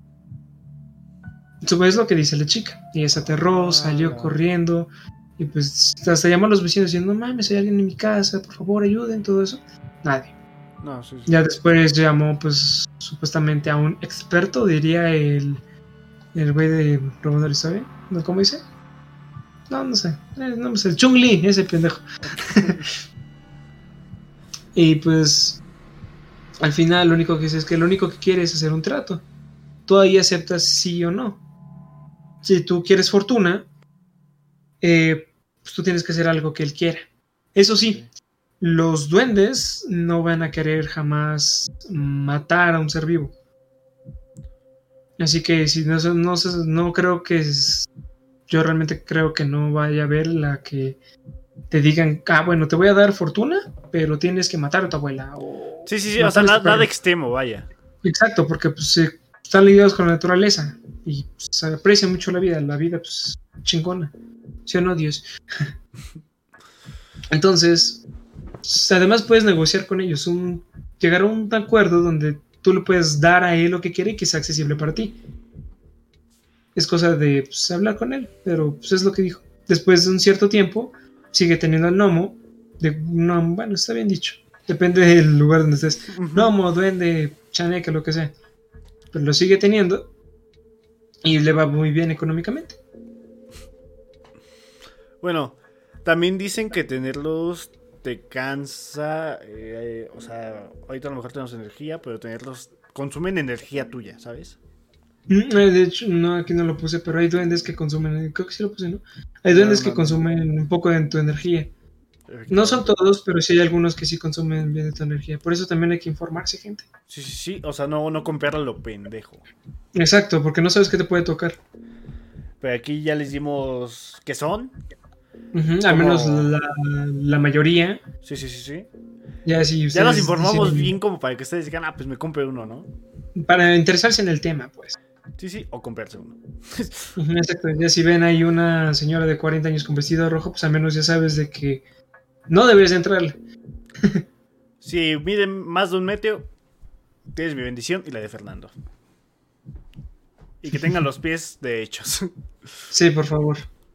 Eso es lo que dice la chica. Y ella se aterró, salió corriendo y pues hasta llamó a los vecinos diciendo, no mames, hay alguien en mi casa, por favor ayuden, todo eso. Nadie. No, sí. Ya después llamó pues supuestamente a un experto, diría el güey de Robando la Historia. ¿Cómo dice? No sé. No sé. Chun-Li, ese pendejo. Y pues al final lo único que dice es que lo único que quiere es hacer un trato. Tú ahí aceptas sí o no. Si tú quieres fortuna, pues tú tienes que hacer algo que él quiera. Eso sí, los duendes no van a querer jamás matar a un ser vivo. Así que si no creo que yo realmente creo que no vaya a haber la que te digan, bueno, te voy a dar fortuna, pero tienes que matar a tu abuela. Sí, o sea, nada extremo, vaya. Exacto, porque pues están lidiados con la naturaleza y pues, se aprecia mucho la vida pues chingona. ¿Sí o no, Dios? Entonces, además puedes negociar con ellos, llegar a un acuerdo donde tú le puedes dar a él lo que quiere y que sea accesible para ti. Es cosa de pues, hablar con él, pero pues, es lo que dijo. Después de un cierto tiempo, sigue teniendo al gnomo. Bueno, está bien dicho. Depende del lugar donde estés. Gnomo, duende, chaneca, lo que sea. Pero lo sigue teniendo y le va muy bien económicamente. Bueno, también dicen que tenerlos te cansa, o sea, ahorita a lo mejor tenemos energía, pero tenerlos consumen energía tuya, ¿sabes? De hecho, no, aquí no lo puse, pero hay duendes que consumen, creo que sí lo puse, ¿no? Hay duendes que consumen un poco de tu energía. No son todos, pero sí hay algunos que sí consumen bien de tu energía. Por eso también hay que informarse, gente. Sí, o sea, no comprarlo lo pendejo. Exacto, porque no sabes qué te puede tocar. Pero aquí ya les dimos qué son. Al menos la mayoría. Sí. Ya nos informamos bien como para que ustedes digan, pues me compre uno, ¿no? Para interesarse en el tema, pues. Sí, o comprarse uno. Exacto, ya si ven ahí una señora de 40 años con vestido rojo, pues al menos ya sabes de que no debes entrarle. Si miden más de 1 metro, tienes mi bendición y la de Fernando. Y que tengan los pies derechos. Sí, por favor.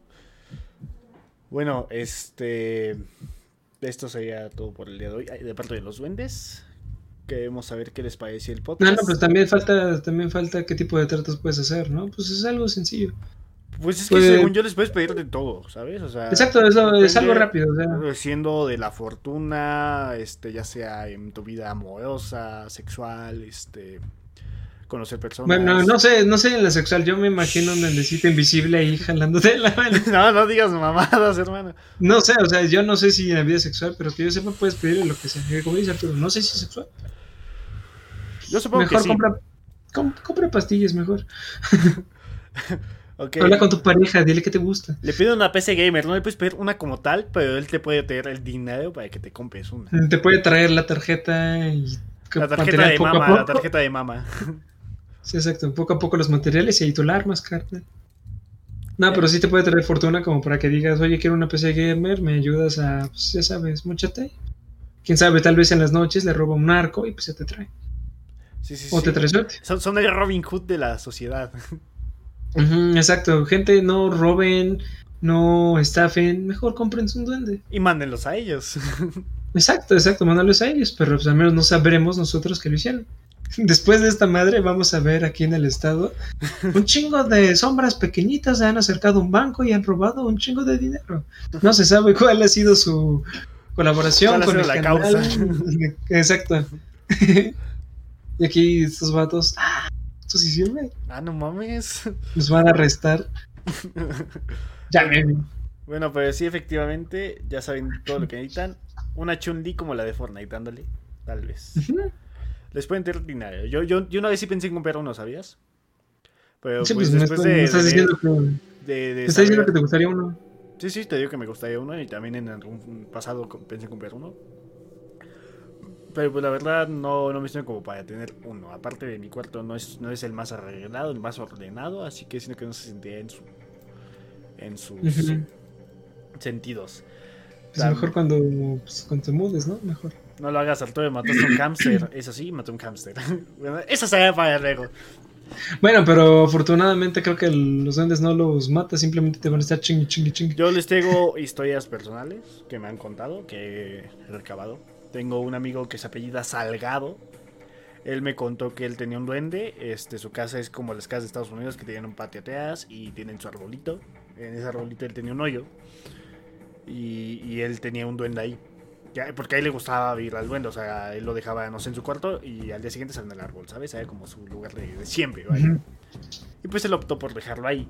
Bueno, esto sería todo por el día de hoy. De parte de los duendes, queremos saber qué les pareció el podcast. Pues también falta qué tipo de tratos puedes hacer, ¿no? Pues es algo sencillo. Pues es que según yo les puedes pedir de todo, ¿sabes? O sea, exacto, es algo rápido. O sea. Siendo de la fortuna, ya sea en tu vida amorosa, sexual, conocer personas. Bueno, no sé en la sexual, yo me imagino un duendecito invisible ahí jalándote la mano. No digas mamadas, hermano. No sé, o sea, yo no sé si en la vida sexual, pero que yo sepa puedes pedirle lo que sea, como dice Arturo, no sé si es sexual. Yo supongo mejor que sí. Compra pastillas mejor. Okay. Habla con tu pareja, dile que te gusta. Le pido una PC gamer, no le puedes pedir una como tal, pero él te puede traer el dinero para que te compres una. Te puede traer la tarjeta y La tarjeta material de poco a mama, poco. la tarjeta de mama. Sí, exacto, poco a poco los materiales y ahí tu armas, carnal. No, pero sí te puede traer fortuna como para que digas, oye, quiero una PC gamer, me ayudas a, pues ya sabes, mochate. Quién sabe, tal vez en las noches le roba un narco y pues se te trae. Sí, sí, O te sí. trae suerte. Son el Robin Hood de la sociedad. Ujú, exacto, gente, no roben, no estafen, mejor compren un duende. Y mándenlos a ellos. Exacto, mándalos a ellos, pero pues al menos no sabremos nosotros que lo hicieron. Después de esta madre vamos a ver aquí en el estado un chingo de sombras pequeñitas se han acercado a un banco y han robado un chingo de dinero. No se sabe cuál ha sido su colaboración ¿Cuál ha con sido el la canal. causa? Exacto. Y aquí estos vatos, esto sí sirve. Ah, no mames. Nos van a arrestar. Ya, Bueno, pues sí, efectivamente, ya saben todo lo que necesitan. Una Chun-Li como la de Fortnite, ándale. Tal vez. Les pueden tener dinero. Yo una vez sí pensé en comprar uno, ¿sabías? Pero sí, pues me después me estás diciendo que, me de estás diciendo saber... que te gustaría uno. Sí, te digo que me gustaría uno y también en algún pasado pensé en comprar uno. Pero pues la verdad no me siento como para tener uno. Aparte de mi cuarto no es el más arreglado, el más ordenado, así que siento que no se sentía en sus sentidos. Pues mejor cuando te mudes, ¿no? Mejor. No lo hagas, Arturo, mataste a un hámster. Eso sí, mató a un hámster. Bueno, eso se va para luego. Bueno, pero afortunadamente creo que los duendes no los mata, simplemente te van a estar chingue. Yo les tengo historias personales que me han contado, que he recabado. Tengo un amigo que se apellida Salgado. Él me contó que él tenía un duende. Su casa es como las casas de Estados Unidos, que tienen un patio atrás y tienen su arbolito. En ese arbolito él tenía un hoyo. Y él tenía un duende ahí. Ya, porque a él le gustaba vivir al duende. O sea, él lo dejaba, no sé, en su cuarto y al día siguiente sale en el árbol, ¿sabes? Era como su lugar de siempre, ¿vale? Y pues él optó por dejarlo ahí.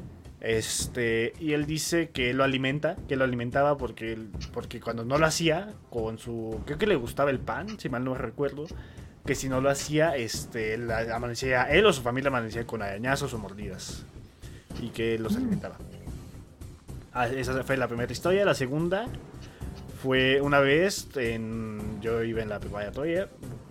Y él dice que lo alimentaba porque cuando no lo hacía con su, creo que le gustaba el pan, si mal no recuerdo, que si no lo hacía, él o su familia amanecía con arañazos o mordidas y que los alimentaba. Esa fue la primera historia. La segunda fue una vez yo iba en la preparatoria,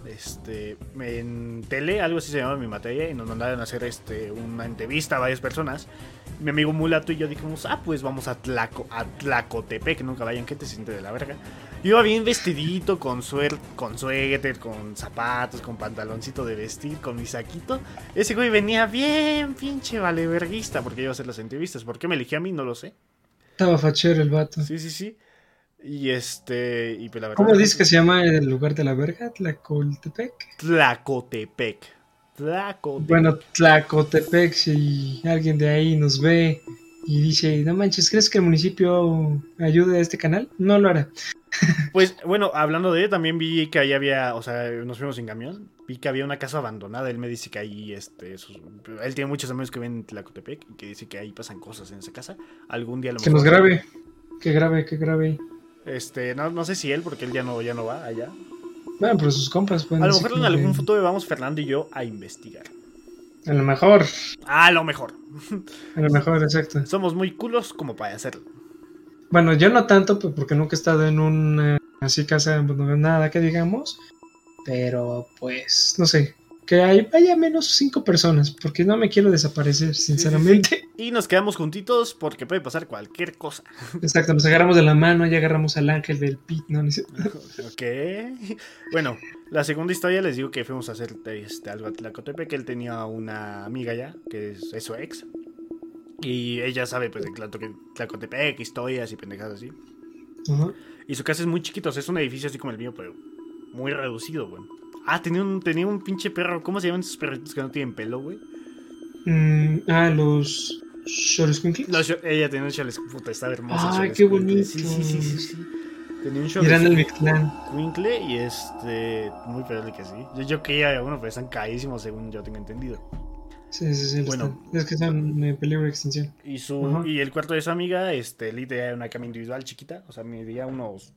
en tele, algo así se llamaba mi materia, y nos mandaron a hacer una entrevista a varias personas. Mi amigo Mulato y yo dijimos, pues vamos a Tlacotepec, nunca vayan, que te sientes de la verga. Yo iba bien vestidito, con suéter, con zapatos, con pantaloncito de vestir, con mi saquito. Ese güey venía bien pinche valeverguista porque iba a hacer las entrevistas. ¿Por qué me eligió a mí? No lo sé. Estaba fachero el vato. Sí. Y y pues la verdad, ¿Cómo dices que se llama el lugar de la verga? ¿Tlacoltepec? Tlacotepec. Bueno, Tlacotepec, si alguien de ahí nos ve y dice, no manches, ¿crees que el municipio ayude a este canal? No lo hará. Pues bueno, hablando de él, también vi que ahí había, o sea, nos fuimos en camión, vi que había una casa abandonada. Él me dice que ahí, él tiene muchos amigos que ven en Tlacotepec y que dice que ahí pasan cosas en esa casa. Algún día lo que nos grabe. Que grabe. No sé si él, porque él ya no va allá. Bueno, pero sus compas pueden a lo decir mejor en algún futuro vamos Fernando y yo a investigar. A lo mejor. A lo mejor. A lo mejor, exacto. Somos muy culos como para hacerlo. Bueno, yo no tanto, porque nunca he estado en una así casa abandonada que digamos. Pero pues, no sé. Que haya menos 5 personas, porque no me quiero desaparecer, sinceramente. Sí. Y nos quedamos juntitos porque puede pasar cualquier cosa. Exacto, nos agarramos de la mano y agarramos al ángel del pit, ¿no? Ok. Bueno, la segunda historia les digo que fuimos a hacer algo a Tlacotepec, que él tenía una amiga ya, que es su ex. Y ella sabe pues de Tlacotepec, historias y pendejadas así. Uh-huh. Y su casa es muy chiquita, o sea, es un edificio así como el mío, pero muy reducido, güey. Tenía un pinche perro. ¿Cómo se llaman esos perritos que no tienen pelo, güey? Los Xoloscuincles. Ella tenía un Xoloscuincle. Puta, estaba hermoso. Ay, qué bonito. Sí. Tenía un Irán el Mictlán. Xoloscuincle y muy probable que sí. Yo quería uno, pero están carísimos según yo tengo entendido. Sí. Bueno, es que están en peligro de extinción. Y el cuarto de su amiga, Lily tenía una cama individual chiquita. O sea, medía unos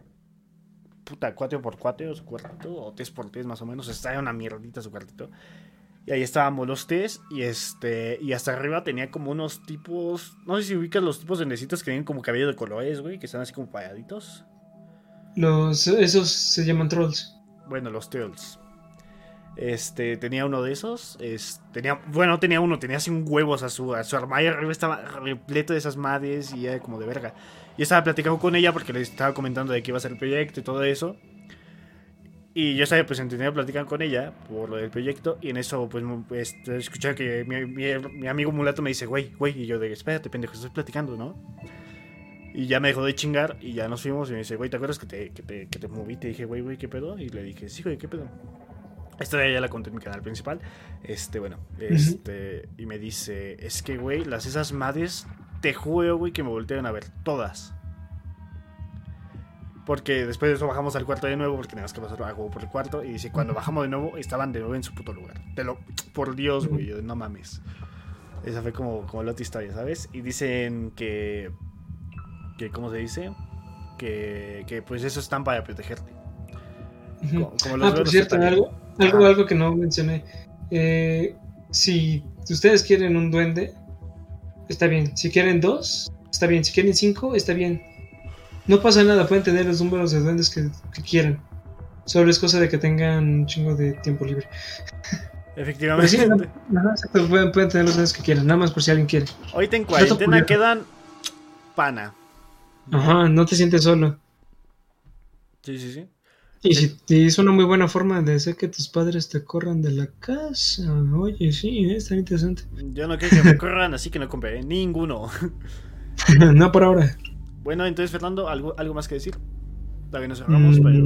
4x4 su cuartito, o 3x3 más o menos. Estaba una mierdita su cuartito. Y ahí estábamos los tres. Y hasta arriba tenía como unos tipos. No sé si ubicas los tipos de necesitas que tienen como cabello de colores, güey. Que están así como payaditos. Esos se llaman trolls. Bueno, los trolls. tenía uno de esos. Tenía así un huevo, o sea, su armario arriba estaba repleto de esas madres y era como de verga. Yo estaba platicando con ella porque le estaba comentando de que iba a ser el proyecto y todo eso. Y yo estaba pues entendiendo platicar con ella por lo del proyecto. Y en eso pues escuché que mi amigo mulato me dice, güey. Y yo de, espérate, pendejo, estoy platicando, ¿no? Y ya me dejó de chingar y ya nos fuimos. Y me dice, güey, ¿te acuerdas que te moví? Te dije, güey, ¿qué pedo? Y le dije, sí, güey, ¿qué pedo? Esta ya la conté en mi canal principal. Y me dice, es que, güey, esas madres, te juro, güey, que me voltearon a ver todas. Porque después de eso bajamos al cuarto de nuevo, porque teníamos que pasar algo por el cuarto. Y dice, cuando bajamos de nuevo, estaban de nuevo en su puto lugar. Por Dios, güey, yo, no mames. Esa fue como la otra historia, ¿sabes? Y dicen que ¿cómo se dice? Que pues eso están para protegerte. Como los por cierto, algo que no mencioné. Si ustedes quieren un duende, está bien. Si quieren 2, está bien. Si quieren 5, está bien. No pasa nada, pueden tener los números de duendes que quieran. Solo es cosa de que tengan un chingo de tiempo libre. Efectivamente. Sí, exacto, pueden tener los duendes que quieran, nada más por si alguien quiere. Ahorita en cuarentena quedan pana. Ajá, no te sientes solo. Sí. Y si es una muy buena forma de hacer que tus padres te corran de la casa. Oye, sí, está interesante. Yo no quiero que me corran, así que no compré ninguno. No por ahora. Bueno, entonces, Fernando, ¿algo más que decir? Todavía nos cerramos, pero...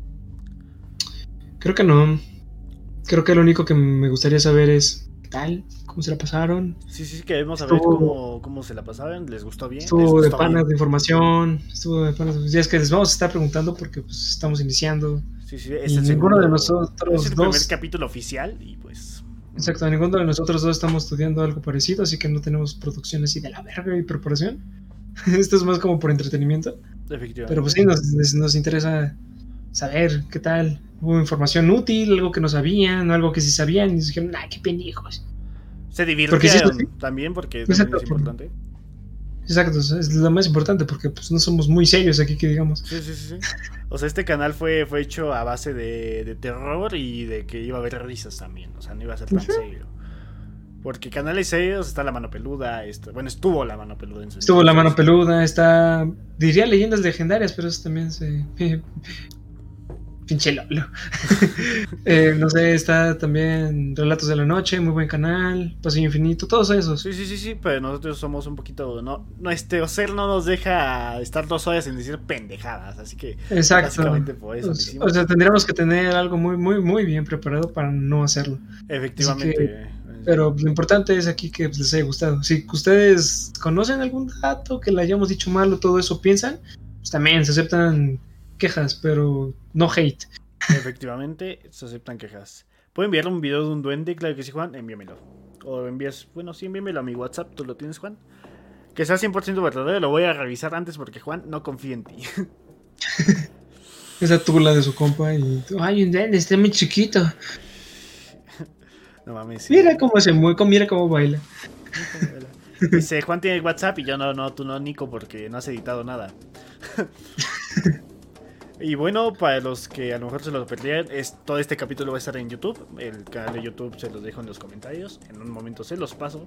Creo que no. Creo que lo único que me gustaría saber es ¿qué tal? ¿Cómo se la pasaron? Sí, queremos saber cómo se la pasaron. ¿Les gustó bien? Estuvo de panas de información. Estuvo de panas de... Ya es que les vamos a estar preguntando porque pues estamos iniciando. Sí, es el ninguno de nosotros es el primer capítulo oficial y pues... Exacto, ninguno de nosotros dos estamos estudiando algo parecido, así que no tenemos producción así de la verga y preparación. Esto es más como por entretenimiento. Efectivamente. Pero pues sí, nos interesa saber qué tal. Hubo información útil, algo que no sabían, o algo que sí sabían, y nos dijeron, qué pendejos. Se divirtieron también, porque también es importante. Exacto, es lo más importante, porque pues no somos muy serios aquí, que digamos. Sí. O sea, este canal fue hecho a base de terror y de que iba a haber risas también. O sea, no iba a ser tan serio. Porque canales serios está La Mano Peluda. Estuvo La Mano Peluda en su Estuvo La Mano Peluda, diría Leyendas Legendarias, pero eso también se... Pinche Lolo. No sé, está también Relatos de la Noche, muy buen canal, Pasillo Infinito, todos esos. Sí, pero nosotros somos un poquito... Nuestro ser no nos deja estar 2 horas sin decir pendejadas, así que... Exacto. Básicamente por eso o sea, tendríamos que tener algo muy, muy, muy bien preparado para no hacerlo. Efectivamente. Pero lo importante es aquí que les haya gustado. Si ustedes conocen algún dato que le hayamos dicho mal o todo eso piensan, pues también se aceptan quejas, pero no hate. Efectivamente, se aceptan quejas. ¿Puedo enviarle un video de un duende? Claro que sí, Juan, envíamelo. O envíamelo a mi WhatsApp, ¿tú lo tienes, Juan? Que sea 100% verdadero, lo voy a revisar antes porque Juan no confía en ti. Esa tula de su compa y... Ay, un duende, está muy chiquito. No mames. Sí. Mira cómo se mueve, mira cómo baila. Dice, Juan tiene WhatsApp y yo no, tú no, Nico, porque no has editado nada. Y bueno, para los que a lo mejor se lo perdieron, todo este capítulo va a estar en YouTube. El canal de YouTube se los dejo en los comentarios. En un momento se los paso.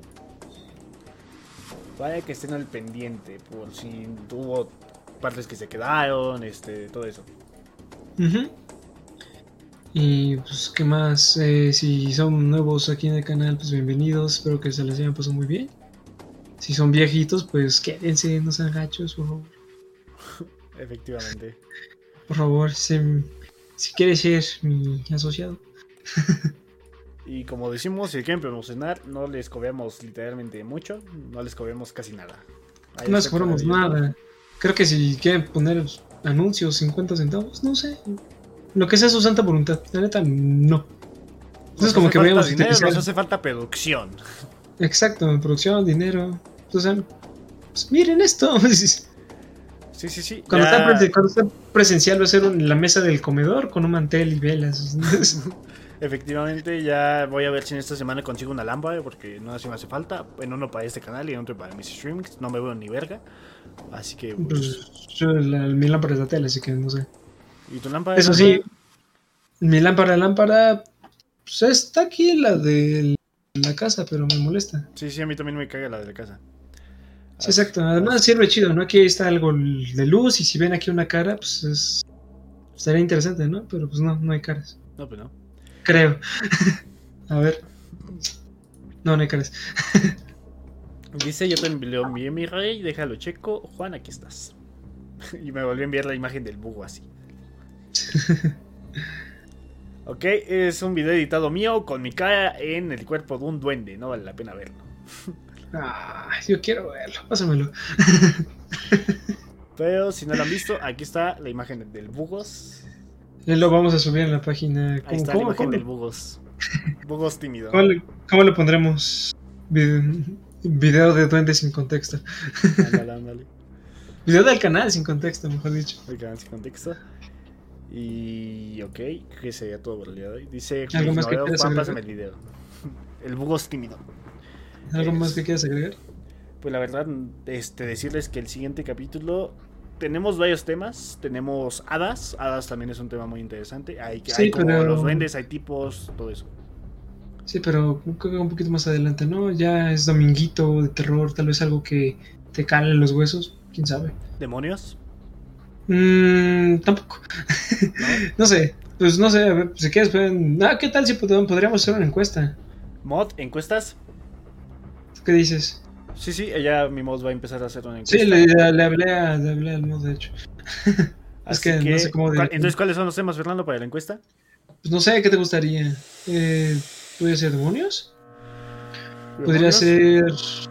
Para que estén al pendiente, por si hubo partes que se quedaron, todo eso. Y pues, ¿qué más? Si son nuevos aquí en el canal, pues bienvenidos. Espero que se les haya pasado muy bien. Si son viejitos, pues quédense, no sean gachos, por favor. Efectivamente. Por favor, si quieres ser mi asociado. Y como decimos, si quieren promocionar, no les cobramos literalmente mucho. No les cobramos casi nada. No les cobramos nada. Creo que si quieren poner anuncios 50 centavos, no sé. Lo que sea su santa voluntad. La neta, no. Entonces, como que veamos dinero, nos hace falta producción. Exacto, producción, dinero. Entonces, pues miren esto. Sí. Cuando está presencial va a ser la mesa del comedor con un mantel y velas. Efectivamente, ya voy a ver si en esta semana consigo una lámpara, porque no así me hace falta. En uno para este canal y en otro para mis streamings. No me veo ni verga. Así que... Pues, mi lámpara es la tele, así que no sé. ¿Y tu lámpara? Eso sí, mi lámpara Pues está aquí la de la casa, pero me molesta. Sí, a mí también me caga la de la casa. Sí, exacto. Además sirve chido, ¿no? Aquí está algo de luz y si ven aquí una cara, pues estaría interesante, ¿no? Pero pues no hay caras. No, pues no. Creo. A ver. No hay caras. Dice, yo te lo envié, mi rey, déjalo checo. Juan, aquí estás. Y me volvió a enviar la imagen del bugo así. Ok, es un video editado mío con mi cara en el cuerpo de un duende. No vale la pena verlo. Yo quiero verlo. Pásamelo. Pero si no lo han visto, aquí está la imagen del bugos. Y lo vamos a subir en la página. Ahí está la imagen del bugos. Bugos tímido. ¿Cómo le pondremos? Video de duende sin contexto. Ándale. Video del canal sin contexto, mejor dicho. El canal sin contexto. Y ok, que sería todo por el día de hoy. Dice ¿Algo más que quieras Juan, agregar? pásame el video. El bugos tímido. ¿Algo más que quieras agregar? Pues la verdad, decirles que el siguiente capítulo tenemos varios temas. Tenemos hadas. Hadas también es un tema muy interesante. Hay como pero... los duendes, hay tipos, todo eso. Sí, pero creo que un poquito más adelante, ¿no? Ya es dominguito de terror, tal vez algo que te cale en los huesos, quién sabe. ¿Demonios? Tampoco. No sé, pues no sé, a ver, si quieres, ¿qué tal si podríamos hacer una encuesta? ¿Mod? ¿Encuestas? ¿Qué dices? Sí, ella mi mod va a empezar a hacer una encuesta. Sí, le hablé al mod, de hecho. Es que no sé cómo decir. Entonces, ¿cuáles son los temas, Fernando, para la encuesta? Pues no sé, ¿qué te gustaría? ¿Podría ser demonios? Podría ser...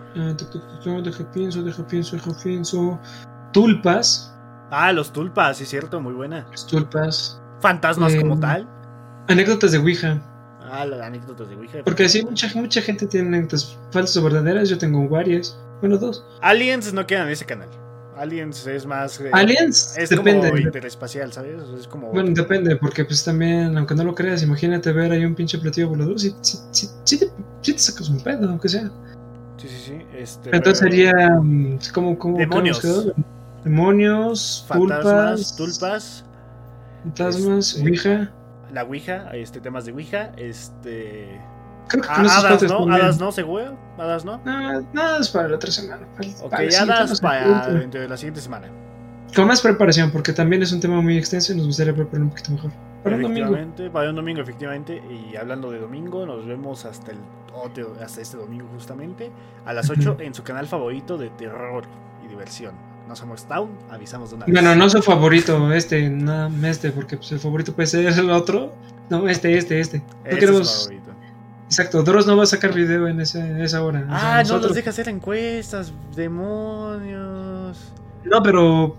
Deja pienso. Tulpas. Los tulpas, sí es cierto, muy buena. Los tulpas. Fantasmas como tal. Anécdotas de Ouija. Las anécdotas de Ouija. Porque sí, mucha gente tiene anécdotas falsas o verdaderas. Yo tengo varias. Bueno, 2. Aliens no quedan en ese canal. Aliens es más... Aliens es depende. Como interespacial, ¿sabes? Es como... Bueno, depende, porque pues también, aunque no lo creas, imagínate ver ahí un pinche platillo volador. Sí te sacas un pedo, aunque sea. Sí. Entonces sería... ¿Cómo demonios. Demonios, tulpas. Fantasmas, Ouija. La Ouija, temas de Ouija, Creo que hadas, ¿no? Hadas, ¿no? ¿Seguro? Hadas, ¿no? Nada es para la otra semana. Ok, hadas para dentro de la siguiente semana. Con más preparación, porque también es un tema muy extenso y nos gustaría preparar un poquito mejor. Para un domingo. Para un domingo, efectivamente. Y hablando de domingo, nos vemos hasta este domingo justamente a las 8 en su canal favorito de terror y diversión. No somos Town, avisamos de una vez. Bueno, no su favorito, porque pues el favorito puede ser el otro. No, este. No queremos... favorito. Exacto, Dross no va a sacar video en esa hora. No nos deja hacer encuestas, demonios. No, pero...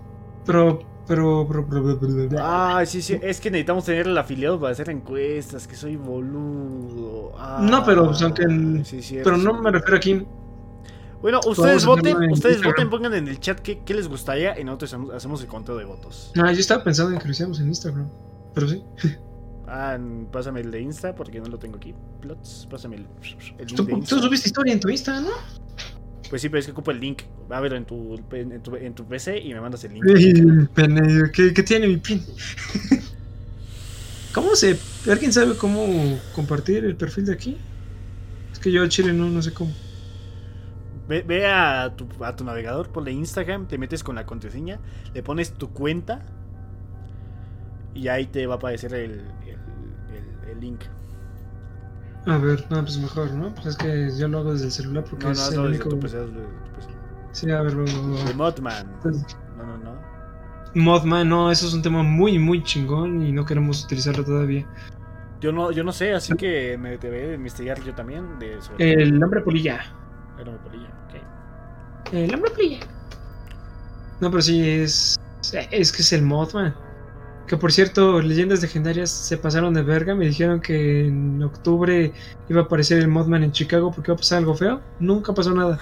Sí, es que necesitamos tener el afiliado para hacer encuestas, que soy boludo. No, pero pues, aunque pero no me refiero aquí. Bueno, ustedes voten, pongan en el chat qué les gustaría y nosotros hacemos el conteo de votos. Yo estaba pensando en que lo hiciéramos en Instagram, pero sí. Pásame el de Insta porque no lo tengo aquí. Plots, pásame el link de Insta. Tú subiste historia en tu Insta, ¿no? Pues sí, pero es que ocupo el link. Va a verlo en tu PC y me mandas el link. ¿Qué tiene mi pin? ¿Alguien sabe cómo compartir el perfil de aquí? Es que yo al chile no sé cómo. Ve a tu navegador, ponle Instagram, te metes con la contraseña, le pones tu cuenta y ahí te va a aparecer el link. A ver, pues mejor, ¿no? Pues es que yo lo hago desde el celular porque es el único... tu PC. Sí, a ver, De Modman. No. Modman, no, eso es un tema muy, muy chingón y no queremos utilizarlo todavía. Yo no sé, así que me deberé de investigar yo también el hombre polilla. El hombre polilla, ok. El hombre polilla. No, pero sí, es que es el Mothman. Que por cierto, Leyendas Legendarias se pasaron de verga. Me dijeron que en octubre iba a aparecer el Mothman en Chicago porque iba a pasar algo feo. Nunca pasó nada.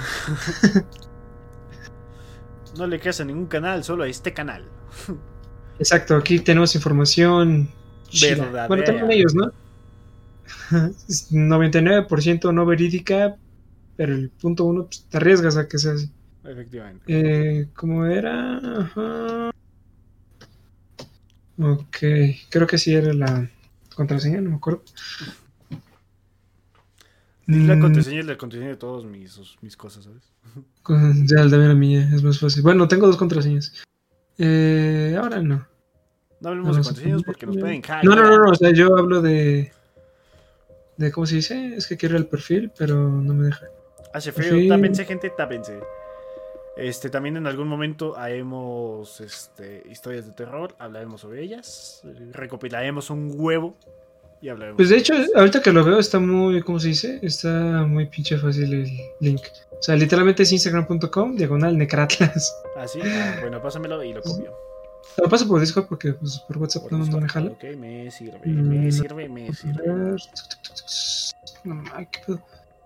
No le creas a ningún canal, solo a este canal. Exacto, aquí tenemos información verdadera. Bueno, también ellos, ¿no? 99% no verídica, pero el punto 1 pues, te arriesgas a que sea así. Efectivamente. ¿Cómo era? Ajá. Ok, creo que sí era la contraseña, no me acuerdo. La contraseña es la contraseña de todas mis cosas, ¿sabes? Ya, también la mía, es más fácil. Bueno, tengo 2 contraseñas. Ahora no. No hablemos de contraseñas porque nos pueden hackear. No, o sea, yo hablo de ¿cómo se dice? Es que quiero el perfil, pero no me deja. Hace frío, tápense, gente, tápense. También en algún momento haremos historias de terror, hablaremos sobre ellas, recopilaremos un huevo y hablaremos. Pues de hecho, ahorita que lo veo está muy, ¿cómo se dice? Está muy pinche fácil el link. O sea, literalmente es instagram.com/necratlas. ¿Ah, sí? Bueno, pásamelo y lo copio. Te lo paso por Discord porque pues, por WhatsApp no me jala. Ok, me sirve. Me sirve. Ay, ¿qué pedo?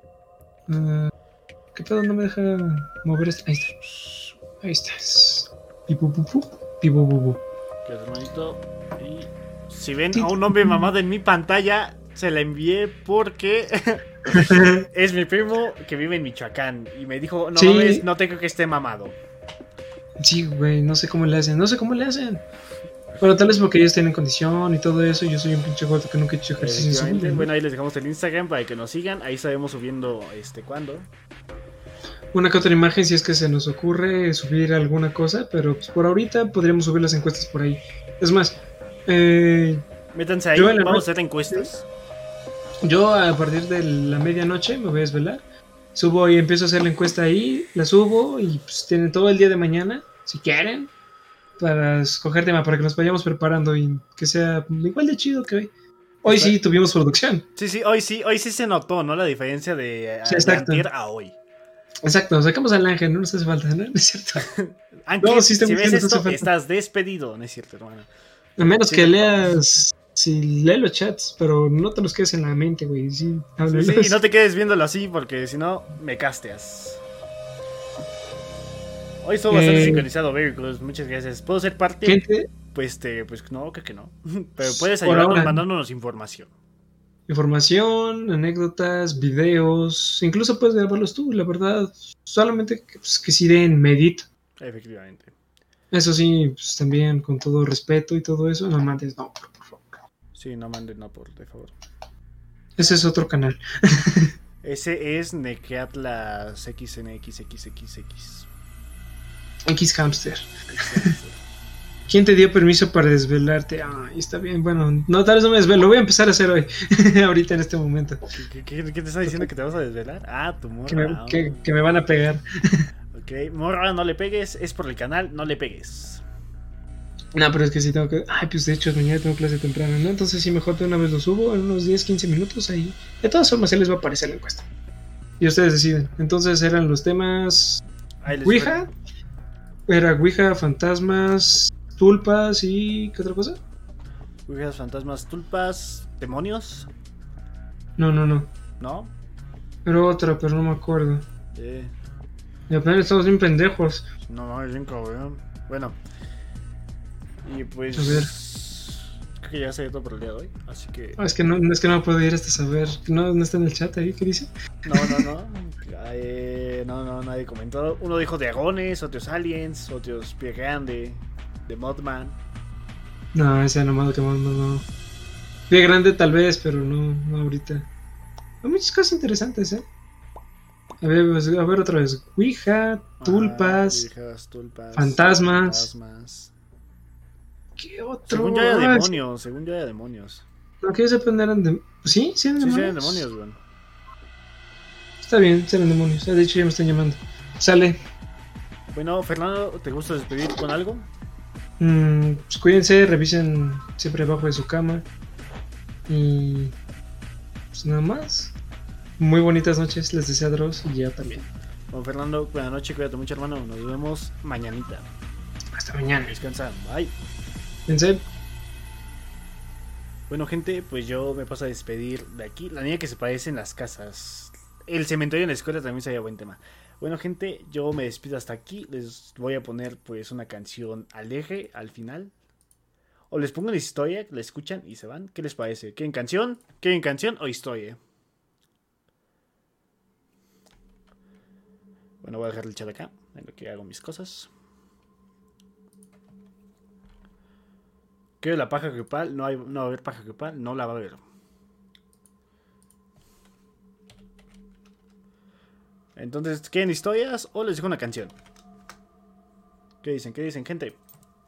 ¿Qué pedo? No me deja mover esto. Ahí estás. Pipupupu. Pipupupu. Gracias, hermanito. Y si ven a un hombre mamado en mi pantalla, se la envié porque es mi primo que vive en Michoacán. Y me dijo, no mames, no tengo que esté mamado. Sí, güey, no sé cómo le hacen. Bueno, tal vez porque ellos tienen condición y todo eso. Y yo soy un pinche gordo que nunca he hecho ejercicio en su vida. Bueno, ahí les dejamos el Instagram para que nos sigan. Ahí estaremos subiendo cuándo. Una que otra imagen si es que se nos ocurre subir alguna cosa. Pero pues, por ahorita podríamos subir las encuestas por ahí. Es más, métanse ahí, vamos a hacer encuestas. Yo a partir de la medianoche me voy a desvelar. Subo y empiezo a hacer la encuesta ahí. La subo y pues tienen todo el día de mañana, si quieren, para escoger tema, para que nos vayamos preparando y que sea igual de chido que hoy. Hoy sí tuvimos producción. Sí, hoy sí se notó, ¿no? La diferencia de antier a hoy. Exacto, sacamos al Ángel, no nos hace falta, ¿no? ¿No es cierto? Ángel, no, si ves esto, estás despedido, ¿no es cierto, hermano? A menos que leas... Sí, lee los chats, pero no te los quedes en la mente, güey. Sí, y no te quedes viéndolo así, porque si no, me casteas. Hoy estuvo bastante sincronizado, Very Good. Muchas gracias. ¿Puedo ser parte? ¿Gente? Pues no, creo que no. Pero puedes ayudarnos mandándonos información. Información, anécdotas, videos. Incluso puedes grabarlos tú, la verdad. Solamente que sí den medito. Efectivamente. Eso sí, pues también con todo respeto y todo eso, no mandes no, por favor. Sí, no manden no, por favor. Ese es otro canal. Ese es Necratlas XNXXXX. X Hamster. ¿Quién te dio permiso para desvelarte? Está bien, bueno, no, tal vez no me desvelo, lo voy a empezar a hacer hoy, ahorita en este momento. ¿Qué te está diciendo que te vas a desvelar? Tu morra. Que me van a pegar. Ok, morra, no le pegues, es por el canal, no le pegues. No, pero es que sí tengo que... pues de hecho mañana tengo clase temprana, ¿no? Entonces sí, mejor de una vez lo subo en unos 10-15 minutos ahí. De todas formas, se les va a aparecer la encuesta. Y ustedes deciden. Entonces eran los temas... Ouija. Era Ouija, fantasmas, tulpas y... ¿qué otra cosa? Ouija, fantasmas, tulpas, demonios. No. ¿No? Era otra, pero no me acuerdo. Y apenas estamos bien pendejos. No, es bien cabrón. Bueno. Y pues... A ver. Creo que ya se todo por el día de hoy, así que... Es que no puedo ir hasta saber. No está en el chat ahí, ¿qué dice? No, nadie comentó. Uno dijo dragones, otros aliens, otros pie grande, de Mothman. No, ese nomás que no. Pie grande tal vez, pero no ahorita. Hay muchas cosas interesantes, A ver otra vez. Ouija, tulpas, fantasmas. ¿Qué otro? Según yo era demonios. No, que yo sepa, eran demonios. ¿Sí? ¿Sí eran demonios? Sí, eran demonios, güey. Está bien, eran demonios. De hecho, ya me están llamando. Sale. Bueno, Fernando, ¿te gusta despedir con algo? Pues cuídense, revisen siempre abajo de su cama. Y... pues nada más. Muy bonitas noches, les deseo a Dross y yo también. Bueno, Fernando, buenas noches, cuídate mucho, hermano. Nos vemos mañanita. Hasta mañana. Descansa, bye. Pensé. Bueno, gente, pues yo me paso a despedir de aquí. La niña que se parece en las casas. El cementerio en la escuela también sería buen tema. Bueno, gente, yo me despido hasta aquí. Les voy a poner pues una canción alegre al final. O les pongo una historia, la escuchan y se van. ¿Qué les parece? ¿Quieren canción? ¿Quieren canción o historia? Bueno, voy a dejar el chat acá, en lo que hago mis cosas. ¿Quiero la paja grupal? No va a haber paja grupal, no la va a haber. Entonces, ¿quieren historias o les dejo una canción? ¿Qué dicen? ¿Qué dicen, gente?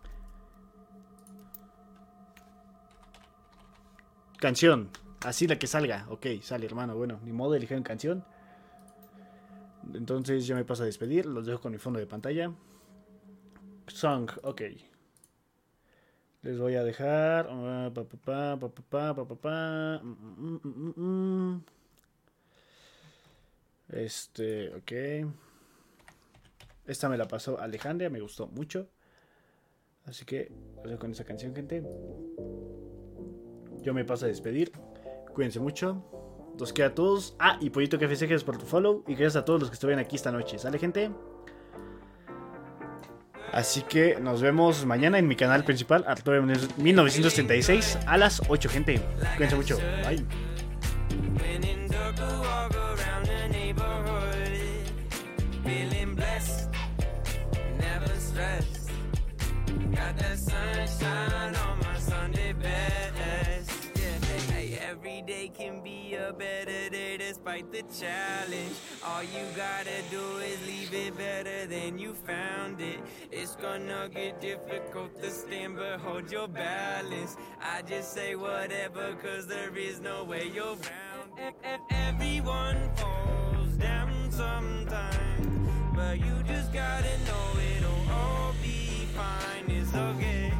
Canción. Así la que salga. Ok, sale, hermano. Bueno, ni modo, eligieron canción. Entonces yo me paso a despedir. Los dejo con mi fondo de pantalla. Song, ok. Les voy a dejar. Ok. Esta me la pasó Alejandra, me gustó mucho. Así que los dejo con esa canción, gente. Yo me paso a despedir. Cuídense mucho. Los quiero a todos. Ah, y Pollito KFC, gracias por tu follow. Y gracias a todos los que estuvieron aquí esta noche. ¿Sale, gente? Así que nos vemos mañana en mi canal principal, Arturo 1936, a las 8, gente. Cuídense mucho. Bye. Every day can be a better day despite the challenge. All you gotta do is leave it better than you found it. It's gonna get difficult to stand, but hold your balance. I just say whatever, cause there is no way you're round. Everyone falls down sometime, but you just gotta know it'll all be fine. It's okay.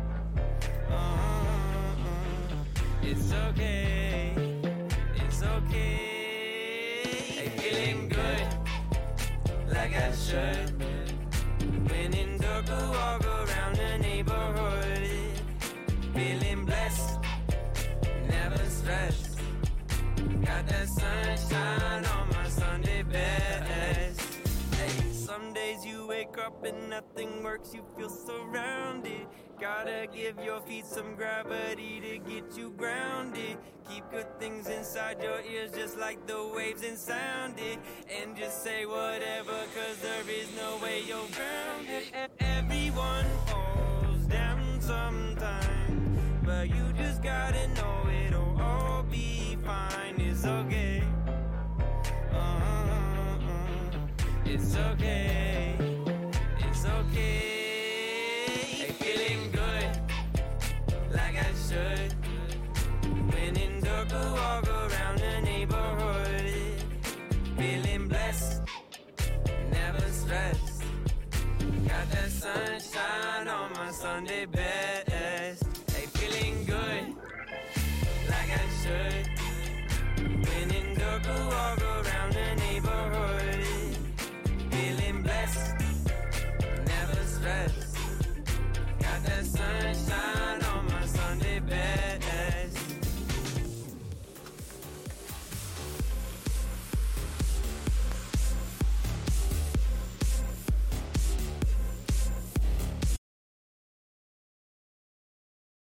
It's okay, it's okay. Hey, feeling good, like I should. When in dark, I walk around the neighborhood. Feeling blessed, never stressed. Got that sunshine on my Sunday best. Hey, some days you wake up and nothing works, you feel surrounded. Gotta give your feet some gravity to get you grounded. Keep good things inside your ears just like the waves and sound it. And just say whatever, cause there is no way you're grounded. Everyone falls down sometime, but you just gotta know it'll all be fine. It's okay. It's okay.